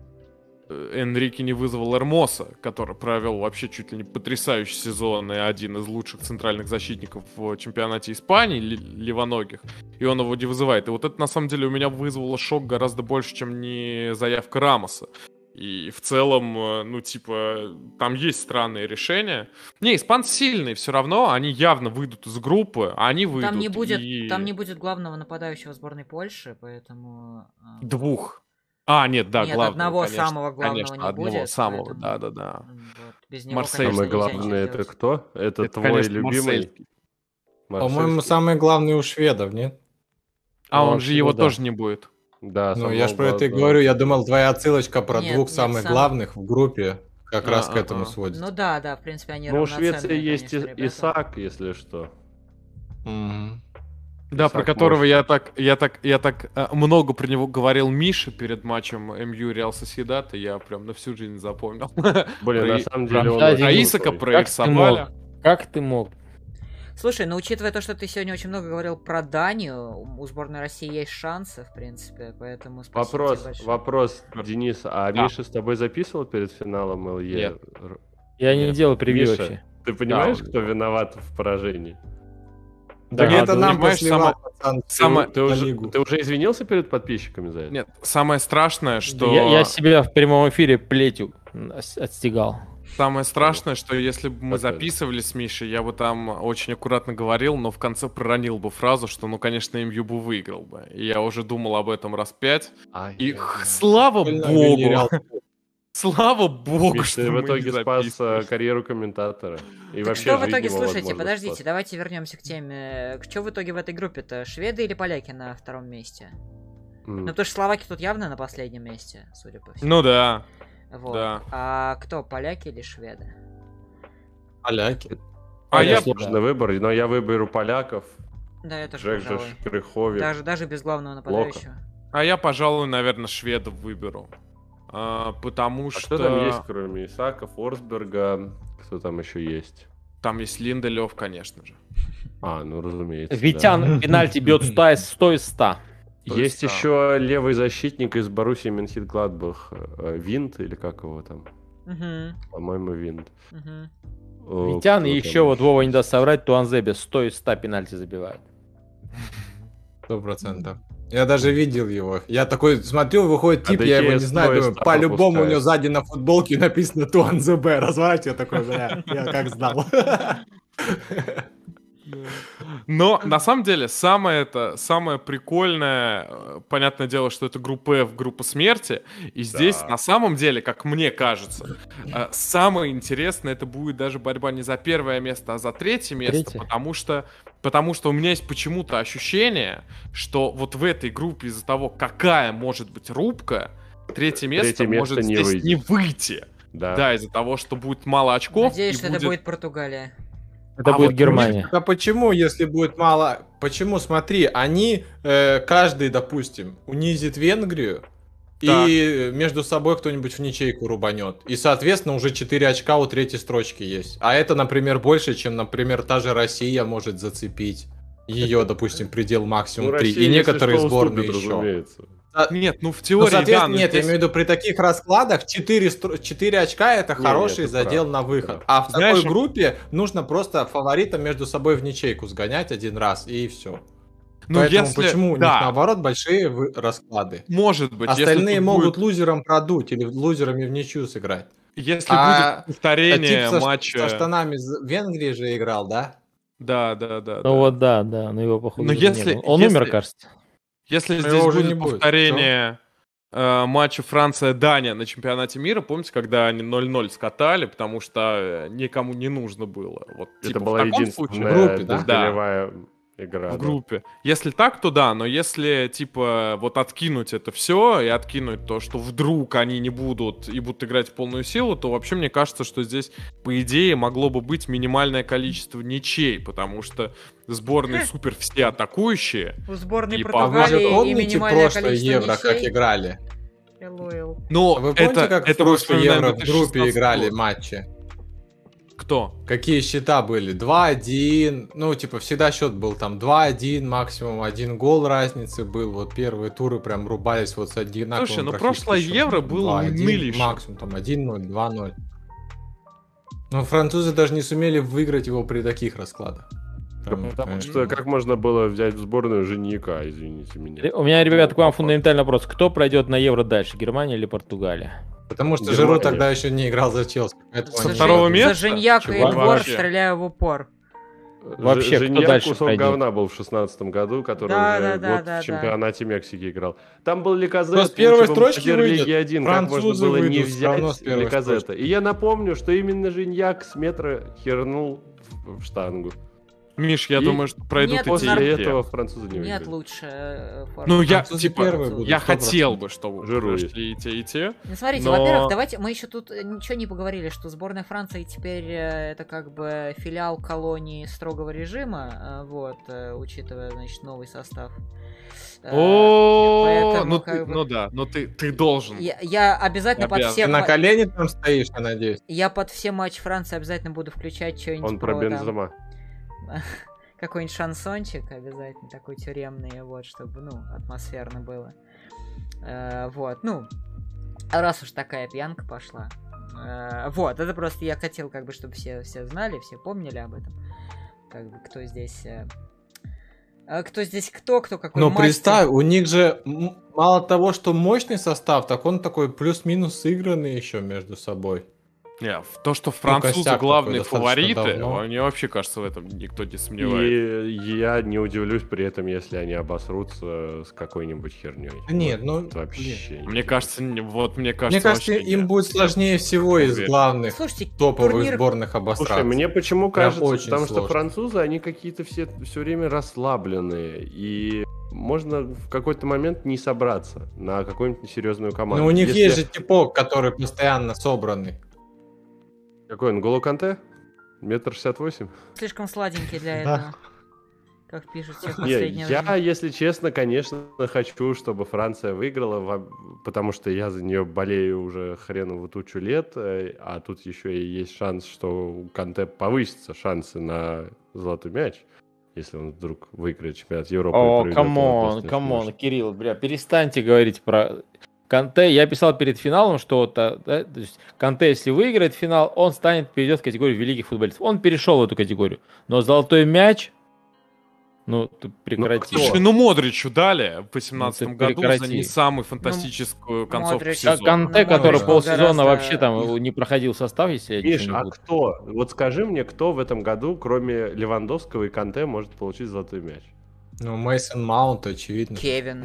Энрике не вызвал Эрмоса, который провел вообще чуть ли не потрясающий сезон и один из лучших центральных защитников в чемпионате Испании, ли- левоногих, и он его не вызывает. И вот это, на самом деле, у меня вызвало шок гораздо больше, чем не заявка Рамоса. И в целом, э, ну, типа, там есть странные решения. Не, испанцы сильные все равно, они явно выйдут из группы, а они выйдут. Там не будет, и- там не будет главного нападающего сборной Польши, поэтому... а, Двух. А, нет, да, Нет, главного, одного конечно, самого главного конечно, не одного будет, самого, поэтому- да-да-да. вот, без него, Марсель. конечно, Самое нельзя главное, ничего это делать. кто? Это, Это, твой конечно, любимый. Марсельский. По-моему, самый главный у шведов, нет? А Ну, он же его да. тоже не будет. Да, Ну, самого я ж про это и главного. говорю, я думал, твоя отсылочка про Нет, двух нет, самых сам- главных в группе как раз к А, а, этому а. сводится. Ну да, да, в принципе, они Ну, у равноценные, Швеции есть конечно, И- ребята. Исаак, если что. Мгм. Да, Исаак про которого может. я так, я так, я так э, много про него говорил Миша перед матчем эм ю Реал Соседат, и я прям на всю жизнь запомнил. Блин, Про на И- самом деле он Да, очень Про Денис, Исака, крутой. про Как ты мог? Ирсабаля. Как ты мог? Слушай, ну учитывая то, что ты сегодня очень много говорил про Данию, у сборной России есть шансы, в принципе, поэтому спасибо тебе Вопрос, большое. вопрос, Денис, а Да. Миша с тобой записывал перед финалом эл е? Нет. Р- Я не Нет. делал превью Миша, вообще. ты понимаешь, Да, он- кто виноват в поражении? Да, Да, это да, нам понимаешь, посливал, самое- пацан, всю самое- Ты на уже, лигу. ты уже извинился перед подписчиками за это? Нет, самое страшное, что... Я, я себя в прямом эфире плетью ос- отстегал. Самое страшное, что если бы мы Такое. записывали с Мишей, я бы там очень аккуратно говорил, но в конце проронил бы фразу, что, ну, конечно, эм ю бы выиграл бы. И я уже думал об этом раз пять. И х- слава Больно богу, генерал. слава богу, Миш, что ты мы в итоге не спас записывали. э, карьеру комментатора. И Так вообще что в жизнь итоге, его, слушайте, возможно, подождите, спас. давайте вернемся к теме. Что в итоге в этой группе-то? Шведы или поляки на втором месте? М. Ну, потому что словаки тут явно на последнем месте, судя по всему. Ну да. Вот. да. А кто, поляки или шведы? Поляки. А я... Конечно. Сложный выбор, но я выберу поляков. Да, это же, Джек же пожалуй. Шкрыховик. Даже, даже без главного нападающего. А я, пожалуй, наверное, шведов выберу. А, потому А что... что там есть, кроме Исаака, Форсберга? Кто там еще есть? Там есть Линделев, конечно же. А, ну разумеется. да. Витян пенальти бьет сто из ста. То Есть есть, а, еще левый защитник из Боруссии Менхит-Гладбах. э, Винт, или как его там? Угу, По-моему, Винт. угу. О, Витян кто и там еще вот Вова не даст соврать, Туанзебе сто из ста пенальти забивает. Сто процентов. Я даже видел его. Я такой смотрю, выходит тип, я его не ДКС знаю, думаю, стоит, а по-любому у него пропускает. сзади на футболке написано Туан зе бэ. Разворачиваю такой, бля, я как знал. Но на самом деле самое это самое прикольное, э, понятное дело, что это группа F, группа смерти, и здесь Да. на самом деле, как мне кажется, э, самое интересное это будет даже борьба не за первое место, а за третье место, Третье. потому что потому что у меня есть почему-то ощущение, что вот в этой группе из-за того, какая может быть рубка, третье место Третье место может не здесь выйдет. не выйти. Да. Да, из-за того, что будет мало очков. Надеюсь, и что это будет Португалия. Это А будет вот Германия. А почему, если будет мало... Почему, смотри, они, э, каждый, допустим, унизит Венгрию, Так. и между собой кто-нибудь в ничейку рубанет. И, соответственно, уже четыре очка у третьей строчки есть. А это, например, больше, чем, например, та же Россия может зацепить. Ее, допустим, предел максимум Ну, три. Россия, И если некоторые что, сборные уступит, еще. разумеется. Нет, ну в Ну, теории, да, соответственно, но нет, я здесь- имею в виду, при таких раскладах четыре очка это Не, хороший нет, ты задел прав, на ты выход. прав. А в Знаешь, такой группе нужно просто фаворитам между собой в ничейку сгонять один раз, и все. ну, Поэтому если- почему у них да, наоборот большие вы- расклады? может быть, если Остальные тут могут будет- лузером продуть или лузерами в ничью сыграть. Если А- будет повторение А тип со, матча... со штанами з- Венгрии же играл, да? Да, да, да. Ну да. вот да, да, но его походу Но уже не если- было. Он если- умер, кажется. Если Но здесь его уже будет не будет. повторение э, матча Франция-Дания на чемпионате мира, помните, когда они ноль-ноль скатали, потому что э, никому не нужно было. Вот, Это типа, в была таком единственная случае, В группе, да? безголевая игра. в да. группе. Если так, то да, но если, типа, вот откинуть это все и откинуть то, что вдруг они не будут и будут играть в полную силу, то вообще мне кажется, что здесь, по идее, могло бы быть минимальное количество ничей, потому что сборные супер все атакующие. У сборной И по- А вы же Португалии и помните минимальное прошлое количество Евро, как ничей? играли? LOL. Но А вы помните, это, как это в мы прошлое вспоминаем Евро в группе 2016 играли год. матчи? Кто? Какие счета были? два-один. Ну, типа, всегда счет был там два-один, максимум один гол разницы был. Вот первые туры прям рубались вот с одинаковым. Слушай, ну практически прошлое счетом. Евро было два-один, унылейшим. максимум там один-ноль, два-ноль. Но французы даже не сумели выиграть его при таких раскладах. Там, Потому э, что как можно было взять в сборную Женьяка, извините меня. У меня, ребят, к вам фундаментальный вопрос. Кто пройдет на Евро дальше, Германия или Португалия? Потому что Германия. Жиру тогда еще не играл за Челси. поэтому Со они- второго Жень- места? За Женьяк и Чувак, Двор вообще. стреляю в упор. Вообще, кто Женьяк дальше кусок пройдет? говна был в шестнадцатом году, который Да, уже да, да, год да, в чемпионате Мексики играл. Там был Кто Ликазет, с первой лучший строчки бомбардир выйдет, Лиги один, как можно французы было не выйдут всё равно с взять первой Ликазета. И я напомню, что именно Женьяк с метра хернул в в штангу. Миш, я И думаю, что пройдут нет, эти После нар- игры. этого французы не Нет выиграли. лучше э, формы. Ну, я, Французы типа, первые будут, я сто процентов. хотел бы, чтобы Жиру есть. прошли и те, и те. Ну, смотрите, Но- во-первых, давайте, мы еще тут э, ничего не поговорили, что сборная Франции теперь э, это как бы филиал колонии строгого режима, э, вот, э, учитывая, значит, новый состав. Э, О, поэтому, ну как ты, бы, ну да, но ты, ты должен. я, я обязательно под Обязан. все Ты на ма- колени там стоишь, я надеюсь. я под все матчи Франции обязательно буду включать что-нибудь Он про про, там, Бензема. какой-нибудь шансончик обязательно, такой тюремный, вот, чтобы, ну, атмосферно было. Э, вот, ну, раз уж такая пьянка пошла. Э, вот, это просто я хотел, как бы, чтобы все, все знали, все помнили об этом. Как бы, кто здесь... э, э, кто здесь кто, кто какой Ну, мастер. представь, у них же м- мало того, что мощный состав, так он такой плюс-минус сыгранный еще между собой. Не, в то, что французы костяк главные такой достаточно фавориты, давно. мне вообще кажется, в этом никто не сомневается. И я не удивлюсь при этом, если они обосрутся с какой-нибудь херней. Нет, ну, Это вообще. не Мне кажется, не- вот мне кажется, Мне кажется, вообще им нет. будет сложнее всего из Уверен. главных Слушайте, топовых турнир... сборных обосраться. Слушай, мне почему Прям кажется, очень потому что сложно. французы, они какие-то все все время расслабленные, и можно в какой-то момент не собраться на какую-нибудь серьезную команду. Но у них Если- есть же типок, который постоянно собранный. Какой он, Голо Канте? Метр шестьдесят восемь? слишком сладенький для Да. этого. Как пишут все в Не, последнее я, время. если честно, конечно, хочу, чтобы Франция выиграла, во- потому что я за нее болею уже хренову тучу лет, э, а тут еще и есть шанс, что у Канте повысятся шансы на золотой мяч, если он вдруг выиграет чемпионат Европы. и О, проведет его камон, просто камон, смешно. Кирилл, бля, перестаньте говорить про Канте. Я писал перед финалом, что вот, а, да, то есть Канте, если выиграет финал, он станет, перейдет в категорию великих футболистов. Он перешел в эту категорию. Но золотой мяч, ну, ты прекрати. кто? Слушай, ну Модричу дали в восемнадцатом Ну, ты году за прекрати. не самую фантастическую концовку Модрич- А сезона. Канте, Ну, который Модрич полсезона гораздо- вообще там не проходил в состав, если я Миш, ничего не а путаю. кто? Вот скажи мне, кто в этом году, кроме Левандовского и Канте, может получить золотой мяч? Ну, Мейсон Маунт, очевидно. Кевин.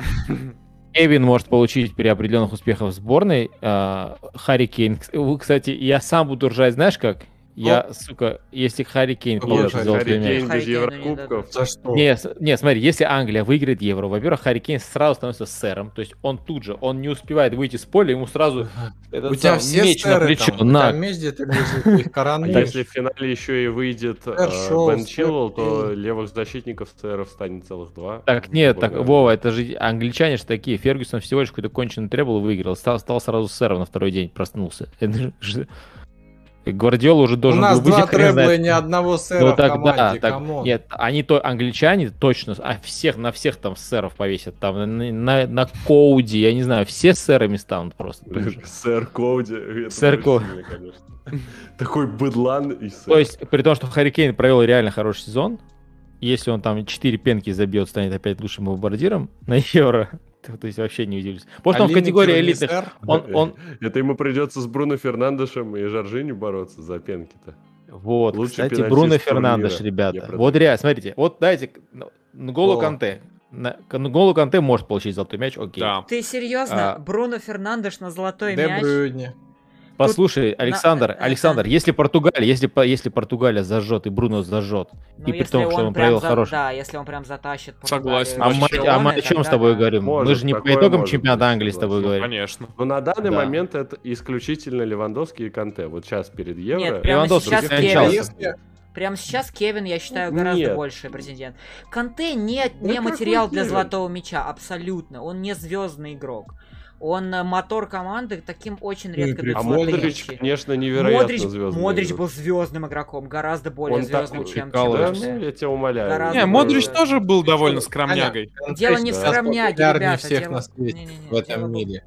Кевин может получить при определенных успехах в сборной. а, Харри Кейн. Кс- Кстати, я сам буду ржать, знаешь как? Я, сука, если Харри Кейн Ну, получит Харри золотой Харри мяч. Кейн Харри без Кейну не Еврокубков. За что? Не, с- не, смотри, если Англия выиграет Евро, во-первых, Харри Кейн сразу становится сэром, то есть он тут же, он не успевает выйти с поля, ему сразу этот У тебя сам все меч на сэры плечо, там, у на. тебя меч где-то лежит, их А коронуешь. если в финале еще и выйдет э, Сэр Шоу, Бен Сэр Чилвелл, то Кейн. левых защитников сэров станет целых два. Так, нет, так, Другое. Вова, это же англичане же такие. Фергюсон всего лишь какой-то конченый требл выиграл, стал, стал сразу сэром на второй день, проснулся. Это же- Гвардиола уже У должен нас был быть, два и хрен требла и знает. ни одного сэра Ну в так команде, да, так, камон. нет, они то англичане точно, а всех на всех там сэров повесят, там на, на, на Коуди, я не знаю, все сэрами станут просто. тут же. Сэр Коуди. это Сэр очень Коуди. сильно, конечно. Такой быдлан и сэр. То есть, при том, что Харри Кейн провел реально хороший сезон, если он там четыре пенки забьет, станет опять лучшим бомбардиром на Евро, то, то есть вообще не удивлюсь. Может, он в А категории Линнекер не элитных, сэр? он, он, Это ему придется с Бруно Фернандешем и Жоржини бороться за пенки-то. вот, Лучший кстати, пенальтист Бруно турнира. Фернандеш, Я ребята. про Вот это. реально, смотрите, вот дайте, ну, Нголо О. Канте, на- Нголо Канте может получить золотой мяч, окей. Да. Ты серьезно? А. Бруно Фернандеш на золотой Де мяч? Брюйне. Послушай, Александр, э, Александр, э. если Португалия, если, по- если Португалия зажжет и Бруно зажжет, Ну, и при если том, что он прям провел за- хороший. Да, если он прям затащит Согласен. А Португалию мы, в Вообще, а мы о чемпионы, чем с тогда тобой да. говорим? мы Может, же не по такое итогам может чемпионата быть, Англии с тобой согласен. говорим. Конечно. Но на данный Да. момент это исключительно Левандовский и Канте. Вот сейчас перед Евро. Нет, прямо Левандовский сейчас скончался. Кевин. Если Прямо сейчас Кевин, я считаю, гораздо Нет. больше претендент. Канте не, Да не какой материал для Кевин? золотого мяча, абсолютно. Он не звездный игрок. Он э, мотор команды, таким очень Ну и редко при- дают А золотые Модрич, мячи. конечно, невероятно Модрич, звездный. Модрич игрок. был звездным игроком, гораздо более Он звездным, так- чем, чем Да, прикалываешься. ну, я тебя умоляю. Гораздо Не, более Модрич звездный. тоже был довольно что, скромнягой. Дело не в сейчас скромняге, популярнее ребята. всех дело- на свете Не-не-не, в этом дело было- мире.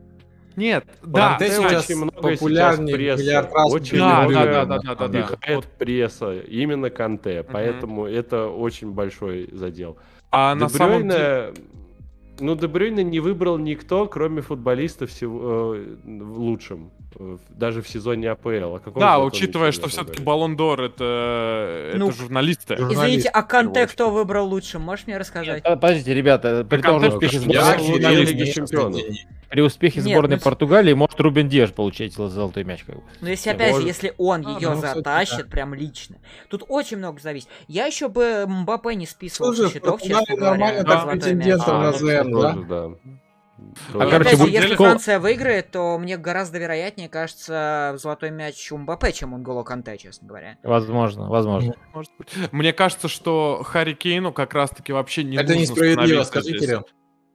Нет, да, Канте Канте сейчас очень много популярнее сейчас пресса. миллиард раз Очень Да, много да, да, да, да, да, да. вдыхает Вот. пресса, именно Канте. Поэтому это очень большой задел. А на Де самом деле... Брюйне- Ну, Де Брюйне не выбрал никто, кроме футболиста всего, э, в лучшем. даже в сезоне АПЛ. Да, учитывая, что все-таки Баллон д'Ор это, ну, это журналисты. Извините, а Канте кто выбрал лучше? Можешь мне рассказать? Нет, подождите, ребята, при том же успехе сборной... При успехе сборной Нет, Португалии может Рубен Диаш получить золотой мяч. Как бы. Но если, опять может... же, если он а, ее ну, затащит, кстати, да. прям лично. Тут очень много зависит. Я еще бы Мбаппе не списывал со счетов, честно говоря. Да, претендентом на ЗМ, да? да. А, короче, же, если школ... Франция выиграет, то мне гораздо вероятнее кажется золотой мяч у Мбаппе, чем у N'Голо Канте, честно говоря. Возможно, возможно. Может быть. Мне кажется, что Харри Кейну как раз-таки вообще не Это нужно несправедливо, скажите, Лев.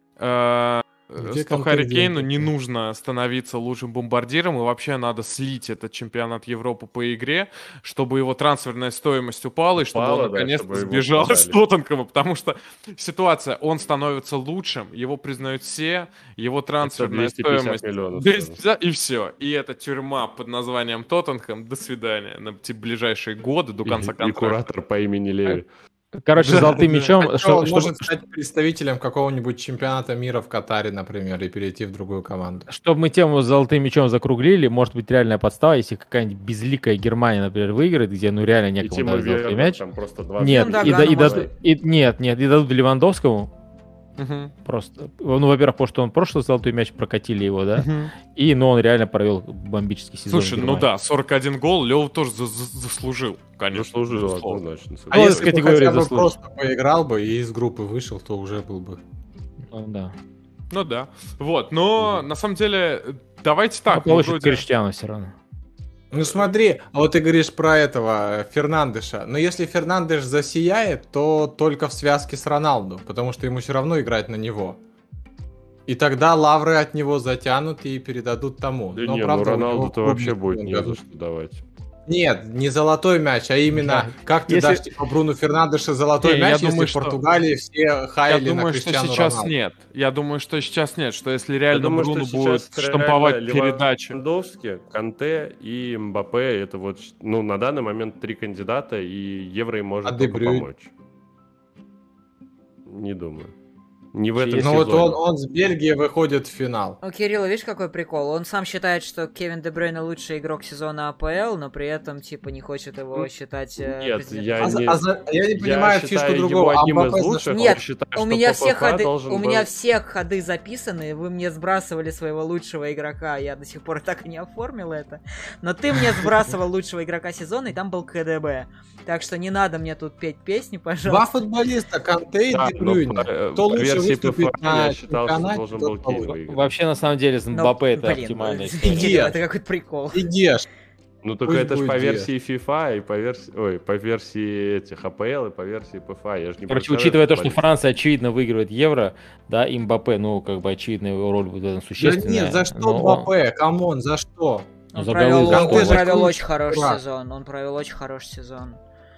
Что Харри Кейну не нужно становиться лучшим бомбардиром, и вообще надо слить этот чемпионат Европы по игре, чтобы его трансферная стоимость упала, и чтобы упала, он наконец-то да, сбежал из Тоттенхэма, потому что ситуация, он становится лучшим, его признают все, его трансферная стоимость двести пятьдесят, и все. И это тюрьма под названием Тоттенхэм, до свидания, на те ближайшие годы, до конца и, контракта. И куратор по имени Леви. Короче, да, золотым мячом... А что, он что, может что... стать представителем какого-нибудь чемпионата мира в Катаре, например, и перейти в другую команду. Чтобы мы тему с золотым мячом закруглили, может быть реальная подстава, если какая-нибудь безликая Германия, например, выиграет, где ну реально некому дать золотой мяч. Нет, ну, да, и, да, и дадут, и, нет, нет, и дадут Левандовскому. Угу. Просто, ну, во-первых, потому что он прошлый золотой мяч, прокатили его, да, угу. и, ну, он реально провел бомбический сезон. Слушай, ну да, сорок один гол Лёва тоже за- за- заслужил, конечно. Заслужил, однозначно. А если бы хотя бы просто поиграл бы и из группы вышел, то уже был бы. Ну да. Ну да, вот, но угу. на самом деле, давайте так. Ну, получит вроде... Криштиану все равно. Ну смотри, а вот ты говоришь про этого Фернандеша, но если Фернандеш засияет, то только в связке с Роналду, потому что ему все равно играть на него. И тогда лавры от него затянут и передадут тому. Да но, не, правда, ну Роналду-то вообще будет не за что давать. Нет, не золотой мяч, а именно, да. как ты если... дашь типа Бруну Фернандешу золотой не, мяч, если думаю, в Португалии что... все хайли на Криштиану Роналду. Я думаю, что сейчас Роналду. нет. Я думаю, что сейчас нет, что если реально думаю, Бруну будет штамповать передачи. Левандовский, Канте и Мбаппе, это вот, ну, на данный момент три кандидата, и Евро им может а только помочь. Не думаю. Не в этом Ну вот он, он с Бельгии выходит в финал. Ну, Кирилл, видишь, какой прикол? Он сам считает, что Кевин Де Брuyне лучший игрок сезона АПЛ, но при этом, типа, не хочет его считать э, Нет, я а, не... А, а, я не понимаю я фишку другого. А одним из лучших, Нет, считает, у меня, все ходы, у был... меня все ходы записаны, вы мне сбрасывали своего лучшего игрока, я до сих пор так и не оформил это, но ты мне сбрасывал лучшего игрока сезона, и там был КДБ. Так что не надо мне тут петь песни, пожалуйста. Два футболиста, Канте и да, Де Брюйне. Кто лучше выступит на я считал, что должен был Кейн выиграть. Вообще, на самом деле, с Мбаппе это блин, оптимальная история. Это какой-то прикол. Идешь. Ну только это же по версии FIFA и по версии, ой, по версии этих АПЛ и по версии ПФА. Я же не Короче, учитывая то, что Франция очевидно выигрывает Евро, да, и Мбаппе, ну, как бы очевидная его роль будет в этом существенная. Да нет, за что Мбаппе? Камон, за что? Он провел, он провел очень хороший Ура. сезон. Он провел очень хороший сезон.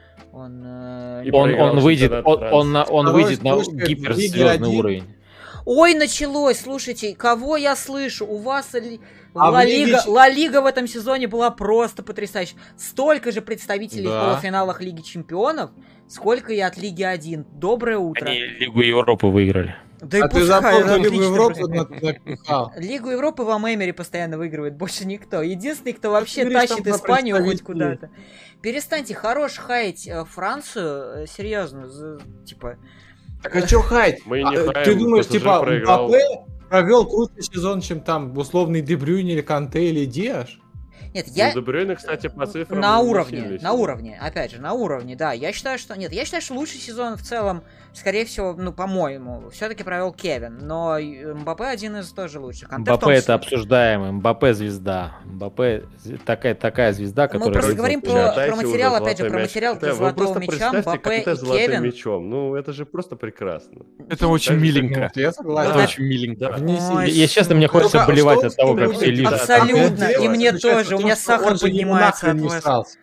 Он, э... он, он выйдет, он, он, он, он выйдет на гиперзвездный уровень. Ой, началось, слушайте, кого я слышу? У вас ли... а Ла, Лига, Лиге... Ла Лига в этом сезоне была просто потрясающая. Столько же представителей да. в полуфиналах Лиги Чемпионов, сколько и от Лиги один. Доброе утро. Они Лигу Европы выиграли. Да и а пускай, ты запомнил Лигу Европы напихал. Лигу Европы вам Эмери постоянно выигрывает, больше никто. Единственный, кто вообще ты тащит Испанию хоть куда-то. Перестаньте хорош хаять э, Францию, э, серьезно, за, типа... Так а чё хайт? Мы не а, хаем, ты думаешь, типа, проиграл... Мбаппе провел круче сезон, чем там условный Де Брюйне или Канте или Диаш? Нет, я... Ну, Де Брюйне, кстати, по цифрам... На уровне, на уровне, опять же, на уровне, да. Я считаю, что... Нет, я считаю, что лучший сезон в целом, скорее всего, ну, по-моему, все-таки провел Кевин. Но Мбаппе один из тоже лучших. Канте Мбаппе это обсуждаемый. Мбаппе звезда. Мбаппе такая, такая звезда, которая... Мы просто говорим про, про материал, опять же, про материал для золотого мяча, Мбаппе и Кевин. Мячом. Ну, это же просто прекрасно. Это очень миленько. Это очень миленько. Если честно, мне хочется болевать от того, как все лижут. Абсолютно. И мне тоже. У меня сахар поднимается от вас.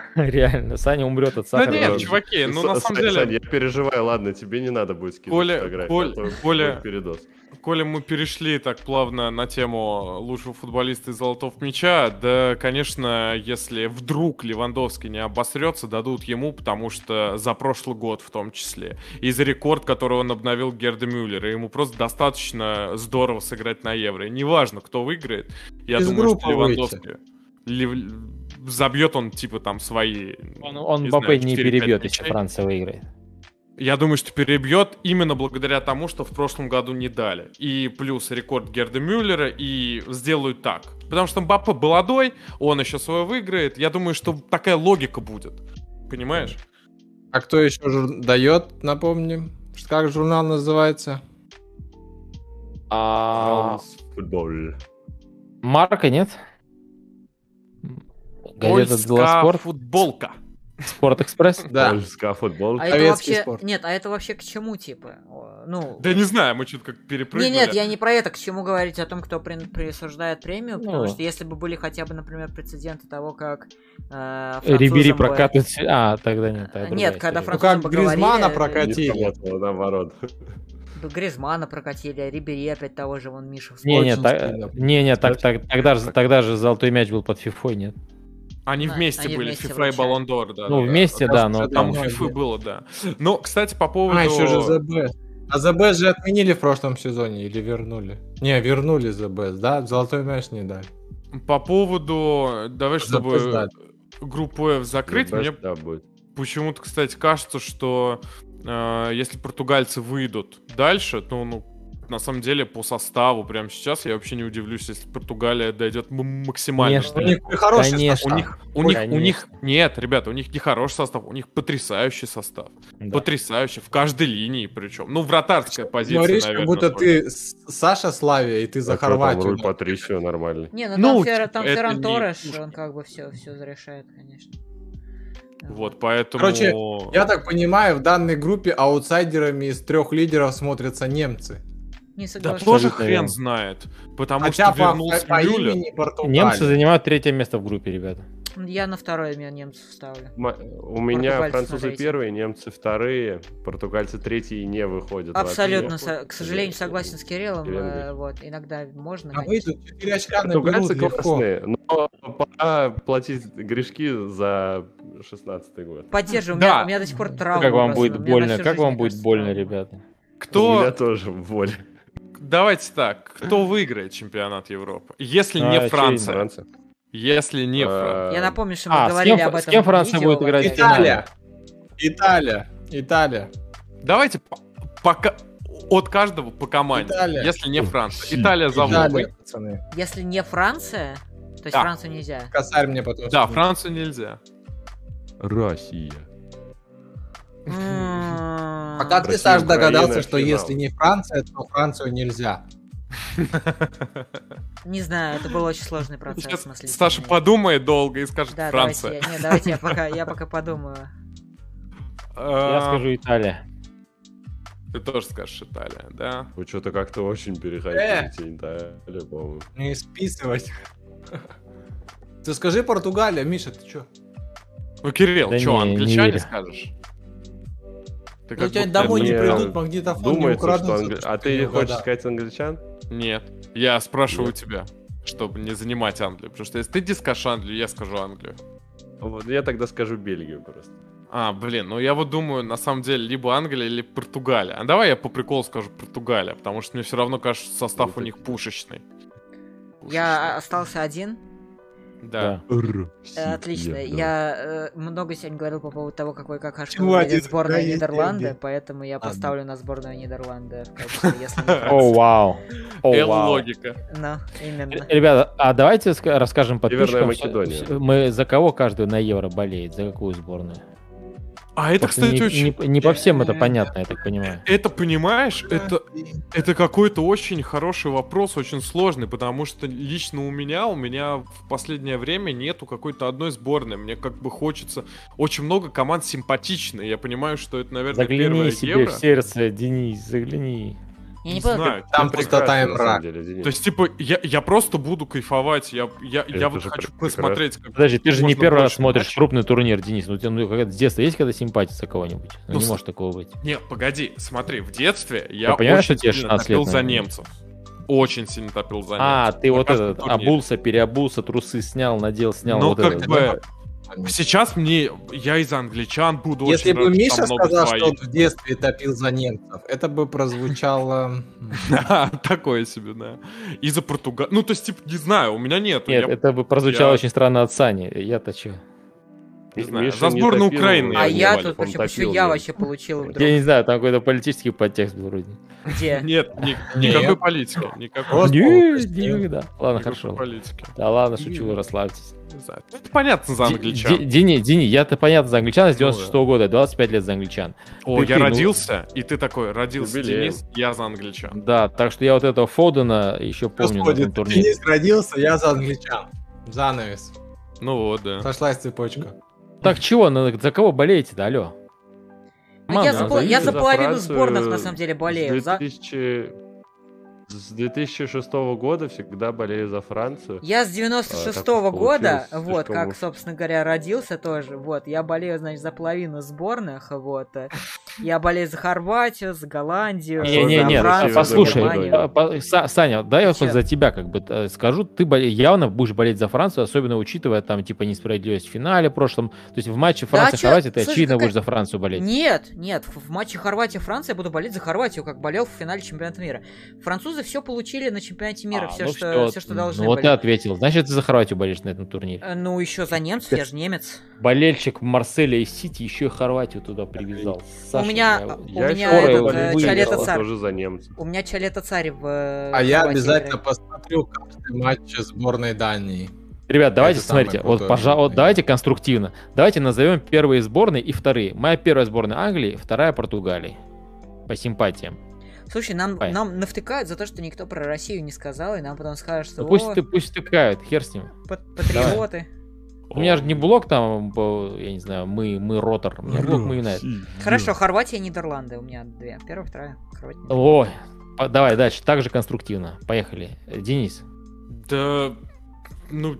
Реально, Саня умрет от Да сахара. нет, Да. чуваки, ну С- на самом Сань, деле... Сань, я переживаю, ладно, тебе не надо будет скидывать Коля- фотографии, Коль- а то Коля- будет передоз. Коли мы перешли так плавно на тему лучшего футболиста из Золотого мяча, да, конечно, если вдруг Левандовский не обосрется, дадут ему, потому что за прошлый год в том числе. И за рекорд, который он обновил Герда Мюллера. Ему просто достаточно здорово сыграть на Евро. И неважно, кто выиграет, я Из думаю, группы что Левандовский... Лев- Забьет он, типа, там, свои... Он, он не Мбаппе знаю, не четыре-пять перебьет, если мячей. Франция выиграет. Я думаю, что перебьет именно благодаря тому, что в прошлом году не дали. И плюс рекорд Герда Мюллера, и сделают так. Потому что Мбаппе молодой, он еще свое выиграет. Я думаю, что такая логика будет. Понимаешь? А кто еще жур- дает, напомним? Как журнал называется? А Футбол. Марка нет? Газета «Дела Польская Спорт», футболка. Спорт-экспресс. Да. Польская футбол. А это Советский вообще... спорт. Нет, а это вообще к чему, типа? О, Ну... Да не знаю, мы что-то как Не, перепрыгнули. нет, я не про это, к чему говорить о том, кто при- присуждает премию, потому Ну. что если бы были хотя бы, например, прецеденты того, как э, Рибери французам бы- прокатывает... А, тогда нет. тогда Нет, другая когда история. Ну французам как бы Гризмана говорили, прокатили. Не сработало, наоборот. Гризмана прокатили, а Рибери опять того же, вон Миша. Не, не, Очень так, стильно. не, не, так, так, тогда же, тогда же золотой мяч был под фифой, нет? Они Да, вместе они были, вместе FIFA и вручали. Баллон д'Ор, да. Ну, да, вместе, да. да, но Там у давно FIFA нет. было, да. Ну, кстати, по поводу... А, еще же зе бэ. А зе бэ же отменили в прошлом сезоне или вернули? Не, вернули зе бэ, да? Золотой мяч не дали. По поводу... Давай, чтобы Запоздали. группу F закрыть, мне Да, будет. почему-то, кстати, кажется, что э, если португальцы выйдут дальше, то, ну, на самом деле, по составу прямо сейчас я вообще не удивлюсь, если Португалия дойдет м- максимально. Конечно. У них хороший Конечно. состав. У них, у них, у Конечно. них, нет, ребята, у них не хороший состав, у них потрясающий состав. Да. Потрясающий, в каждой линии причем. Ну, вратарская позиция, Говоришь, как наверное. будто только. ты с- Саша Славия, и ты за А кто там, Хорватию. Руй да. Патрисио нормальный. Не, ну, Ну, там, Фер- там это Ферран не Торрес, пушка. он как бы все, все зарешает, конечно. Вот, поэтому... Короче, Я так понимаю, в данной группе аутсайдерами из трех лидеров смотрятся немцы. Не Да соглашусь. тоже Абсолютно хрен верно. знает, потому Хотя что по, вернулся по Мюллер. имени Португалия. Немцы занимают третье место в группе, ребята. Я на второе меня немцев ставлю. М- У меня Португальцы французы смотрите. первые, немцы вторые, португальцы третьи не выходят. Абсолютно, вообще. со- к сожалению, согласен с Кириллом. Кирилл э, говорит. вот, иногда можно, А конечно. выйдут, четыре очка наберут Португальцы легко. классные, но пора платить грешки за шестнадцатый год. Поддерживаю, у, Да. меня, у меня до сих пор травма. Как вам просто, будет у меня на больно, всю как жизнь, вам мне будет кажется, больно, травма. ребята? У Кто... меня тоже воля. Давайте так, кто выиграет чемпионат Европы? Если А, не очевидно. Франция. Франция. Если не Франция. Я напомню, что мы А, с говорили кем- об с этом. кем в Франция видео будет в играть в отделе. финале? Италия. Италия. Италия. Давайте по- пока от каждого по команде. Италия. Если не Франция. Щи. Италия за Италия, Вовой. пацаны. Если не Франция, то есть Да. Францию нельзя. Косарь мне потом. Да, скинет. Францию нельзя. Россия. М, Пока ты, Россия, Саш, Украина, догадался, что финал. если не Франция, то Францию нельзя. Не знаю, это был очень сложный процесс. Сейчас мыслительный. Саша подумает долго и скажет Да, Франция. давайте, я- не, давайте я пока, я пока подумаю. А, Я скажу Италия. Ты тоже скажешь Италия, да? Вы что-то как-то очень Э! переходите, Италия, по-моему. Не списывать. Ты скажи Португалия, Миша, ты чё? Ну, Кирилл, Да что, не, не англичане верю. скажешь? Ты Ну, как тебя будто домой не не придут, магнитофон не Думается, украдут. что... за англи- то, что А ты не хочешь угадал. сказать англичан? Нет. Я спрашиваю Нет. тебя, чтобы не занимать Англию. Потому что если ты не скажешь Англию, я скажу Англию. Вот я тогда скажу Бельгию просто. А, блин, ну я вот думаю, на самом деле, либо Англия, либо Португалия. А давай я по приколу скажу Португалия, потому что мне все равно кажется, состав Ну, у ты- них пушечный. Я остался один. Да. Э, Отлично. Я э, много сегодня говорил по поводу того, какой какашка Почему выглядит один? сборная Да, есть Нидерланды, Сергей. поэтому я Ладно. поставлю на сборную Нидерланды в качестве, если не О, Франция. вау. О, Эл вау. логика. Ну, именно. Ребята, а давайте ска- расскажем Северная подписчикам, Македония. с- мы за кого каждый на Евро болеет, за какую сборную? А это, Просто кстати, не, очень... не- не по всем это понятно, я так понимаю. Это, понимаешь, это, это какой-то очень хороший вопрос, очень сложный, потому что лично у меня, у меня в последнее время нету какой-то одной сборной. Мне как бы хочется... Очень много команд симпатичные. Я понимаю, что это, наверное, Загляни первое себе Евро. в сердце, Денис, загляни. Я не Не понял, знаю. Там Ты пустота и прекрасно, на самом мрак. деле, Денис. То есть, типа, я, я просто буду кайфовать. Я, я, Это я вот же хочу прекрасно. посмотреть, как Подожди, ты же не можно первый раз больше смотришь матчей. крупный турнир, Денис. Ну, у тебя ну, какая-то с детства есть когда симпатия за кого-нибудь? Ну, Ну, не с- может такого быть. Не, погоди, смотри, в детстве я Я понимаю, очень что тебе сильно шестнадцать лет, топил за наверное. немцев. Очень сильно топил за немцев. А, ты На вот каждом этот, турнире. обулся, переобулся, трусы снял, надел, снял. Ну, вот как это. бы, сейчас мне, я из англичан буду Если очень бы рад, что Миша там много сказал, что своих. он в детстве топил за немцев, это бы прозвучало... Такое себе, да. И за Португалию. Ну, то есть, типа, не знаю, у меня нету. Нет, я это бы прозвучало я- очень странно от Сани. Я-то че? не знаю. Миша За не сборную топил, Украины. А не я Валя, тут, он почему, почему топил я немцев. вообще получил вдруг? Я не знаю, там какой-то политический подтекст был вроде. Где? Нет, ни- Нет. никакой политики. Никакой, Просто Нет, упустил. никогда. Ладно, никакой хорошо. политики. Да ладно, шучу, расслабьтесь. Не знаю. Это понятно за Ди- англичан. Ди- Дини, Дини, я-то понятно за англичан с Ну, девяносто шестого года, двадцать пять лет за англичан. О, ты- я ты, ну- родился, и ты такой, родился Юбилеем. Денис, я за англичан. Да, так что я вот этого Фодена еще помню Господи, на том турнире. Денис родился, я за англичан. Занавес. Ну вот, да. Сошлась цепочка. Так чего, ну, за кого болеете-то, алло? Ну, я Команда, за, а пол- я Зависит за за половину Францию сборных на самом деле болею. С За... 2000 С две тысячи шестого года всегда болею за Францию. Я с девяносто А, шестого так года, получилось, вот, слишком как, уж. собственно говоря, родился тоже, вот, я болею, значит, за половину сборных, вот, э, я болею за Хорватию, за Голландию, Не, Не, не, за не, Францию, послушай, за Германию. а, по- Са- Саня, дай я Чё? хоть за тебя как бы э, скажу, ты боле- явно будешь болеть за Францию, особенно учитывая там типа несправедливость в финале прошлом, то есть в матче Да, Франция-Хорватия ты чё, слушай, очевидно какая- будешь за Францию болеть. Нет, нет, в, в матче Хорватия-Франция я буду болеть за Хорватию, как болел в финале чемпионата мира. Французы все получили на чемпионате мира, А, все, ну что, всё, все, что м, должны Ну вот были. ты ответил, значит ты за Хорватию болеешь на этом турнире. Э, Ну, еще за немцев, я же немец. Болельщик Марселя и Сити еще и Хорватию туда привязал. Саша, меня- я- У Я меня еще этот, буду э, болеть Чалета за царь. тоже за немцев. У меня Чалета Царь в э, А я Хорватии обязательно играет. посмотрю каждый матч сборной Дании. Ребят, давайте, Это самое смотрите, вот, крутое пожалуй, вот мнение. давайте конструктивно. Давайте назовем первые сборные и вторые. Моя первая сборная Англии, вторая Португалии. По симпатиям. Слушай, нам, Ай. нам навтыкают за то, что никто про Россию не сказал, и нам потом скажут, что Ну, пусть, «О, ты, пусть тыкают, хер с ним. пат- патриоты». У меня же не блок там, был, я не знаю, мы, мы ротор. У меня блок мы Юнайтед. Хорошо, Хорватия и Нидерланды у меня две. Первая, вторая. Хорватия, Нидерланды. Ой, по- давай дальше, так же конструктивно. Поехали. Э, Денис. Да, ну,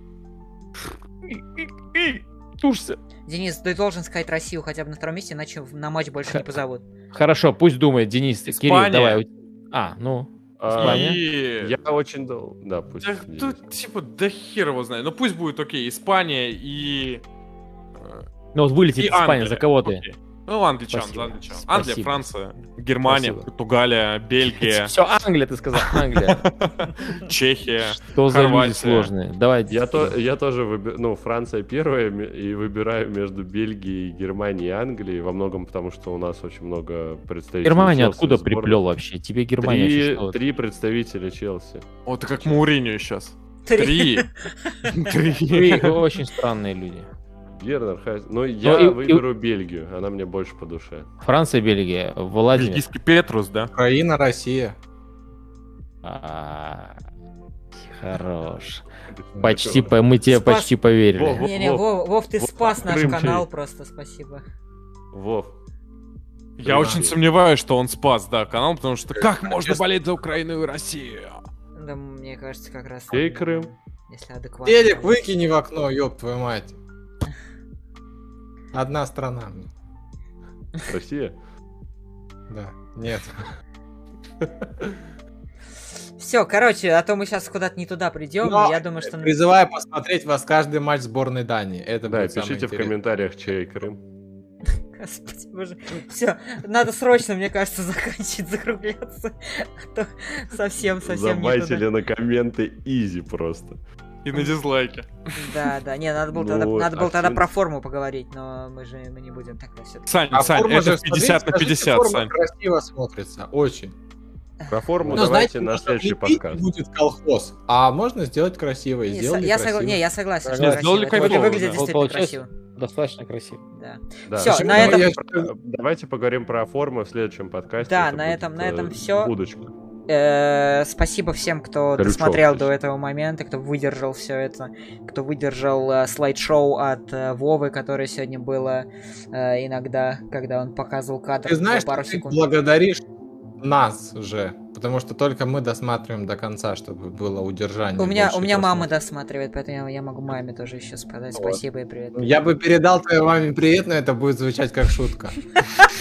Тушься. Денис, ты должен сказать Россию хотя бы на втором месте, иначе в- на матч больше не позовут. Хорошо, пусть думает, Денис. Кирилл, Испания. давай. А, ну. А, Испания? и... Я очень дол... Да, пусть. Да, Денис. тут, типа, да хер его знает. Ну пусть будет, окей, Испания и... э, Ну вот вылетит и Испания, Англия. за кого ты? Окей. Ну, англичан, Спасибо. за англичан. Спасибо. Англия, Франция, Германия, Спасибо. Португалия, Бельгия, Все, Англия, ты сказал, Англия. Чехия. Что за люди Хорватия. сложные? Давай. Я, то, я тоже выбираю, ну, Франция первая, м- и выбираю между Бельгией, Германией и Англией, во многом потому, что у нас очень много представителей Германия Челси откуда в сборной. приплел вообще? Тебе Германия Три, вообще что? три представителя Челси. О, ты как Мауриньо сейчас. Три. Три. Три очень странные люди. Вернер, Хайс. Ну, я и- и- выберу Бельгию, она мне больше по душе. Франция, Бельгия, Владимир. Бельгийский Петрус, да? Украина, Россия. А, Хорош. Почти, по- мы тебе Спас. почти поверили. Во, во. Не-не, Вов, Вов, ты Вов, спас наш Крым канал чей? просто, спасибо. Вов. Я Да. очень сомневаюсь, что он спас, да, канал, потому что как Конечно. можно болеть за Украину и Россию? Да, мне кажется, как раз... Чей Крым? Если адекватно. Телек выкини в окно, ёб твою мать. Одна страна. Россия? Да. Нет. Все, короче, а то мы сейчас куда-то не туда придем, Но и я думаю, что... Призываю посмотреть вас каждый матч сборной Дании. Это Да, будет самое пишите в интересное. комментариях, чей Крым. Господи боже. Все, надо срочно, мне кажется, заканчивать, закругляться. А то совсем-совсем не Забайтили туда. на комменты изи просто. И на дизлайке. Да, да, не, надо было, Ну, тогда, надо было а тогда чё- про форму поговорить, но мы же мы не будем тогда все. Сань, А Сань, форма же, это пятьдесят на смотрите, пятьдесят, форма Сань. красиво смотрится, очень. Про форму Ну, давайте знаете, на можно следующий влепить, подкаст. будет колхоз, а можно сделать красиво, и Не, сделали я, красиво. согла- не, я согласен, что Согласен. красиво. Сделали Это выгля- кайфово, выглядит да. действительно Получилось красиво. Достаточно красиво. Да. Да. Всё, Почему? на этом- Давайте, про- давайте поговорим про форму в следующем подкасте. Да, Это на будет, этом- на э, этом всё. Удочка. Э, Спасибо всем, кто Крючок, досмотрел то до есть. этого момента, кто выдержал все это, кто выдержал э, слайд-шоу от э, Вовы, которое сегодня было э, иногда, когда он показывал кадр Ты знаешь, за пару что ты секунд. благодаришь нас же. Потому что только мы досматриваем до конца, чтобы было удержание. У меня, у меня мама досматривает, поэтому я, я могу маме тоже еще сказать Вот. спасибо и привет. Я бы передал твоей маме привет, но это будет звучать как шутка.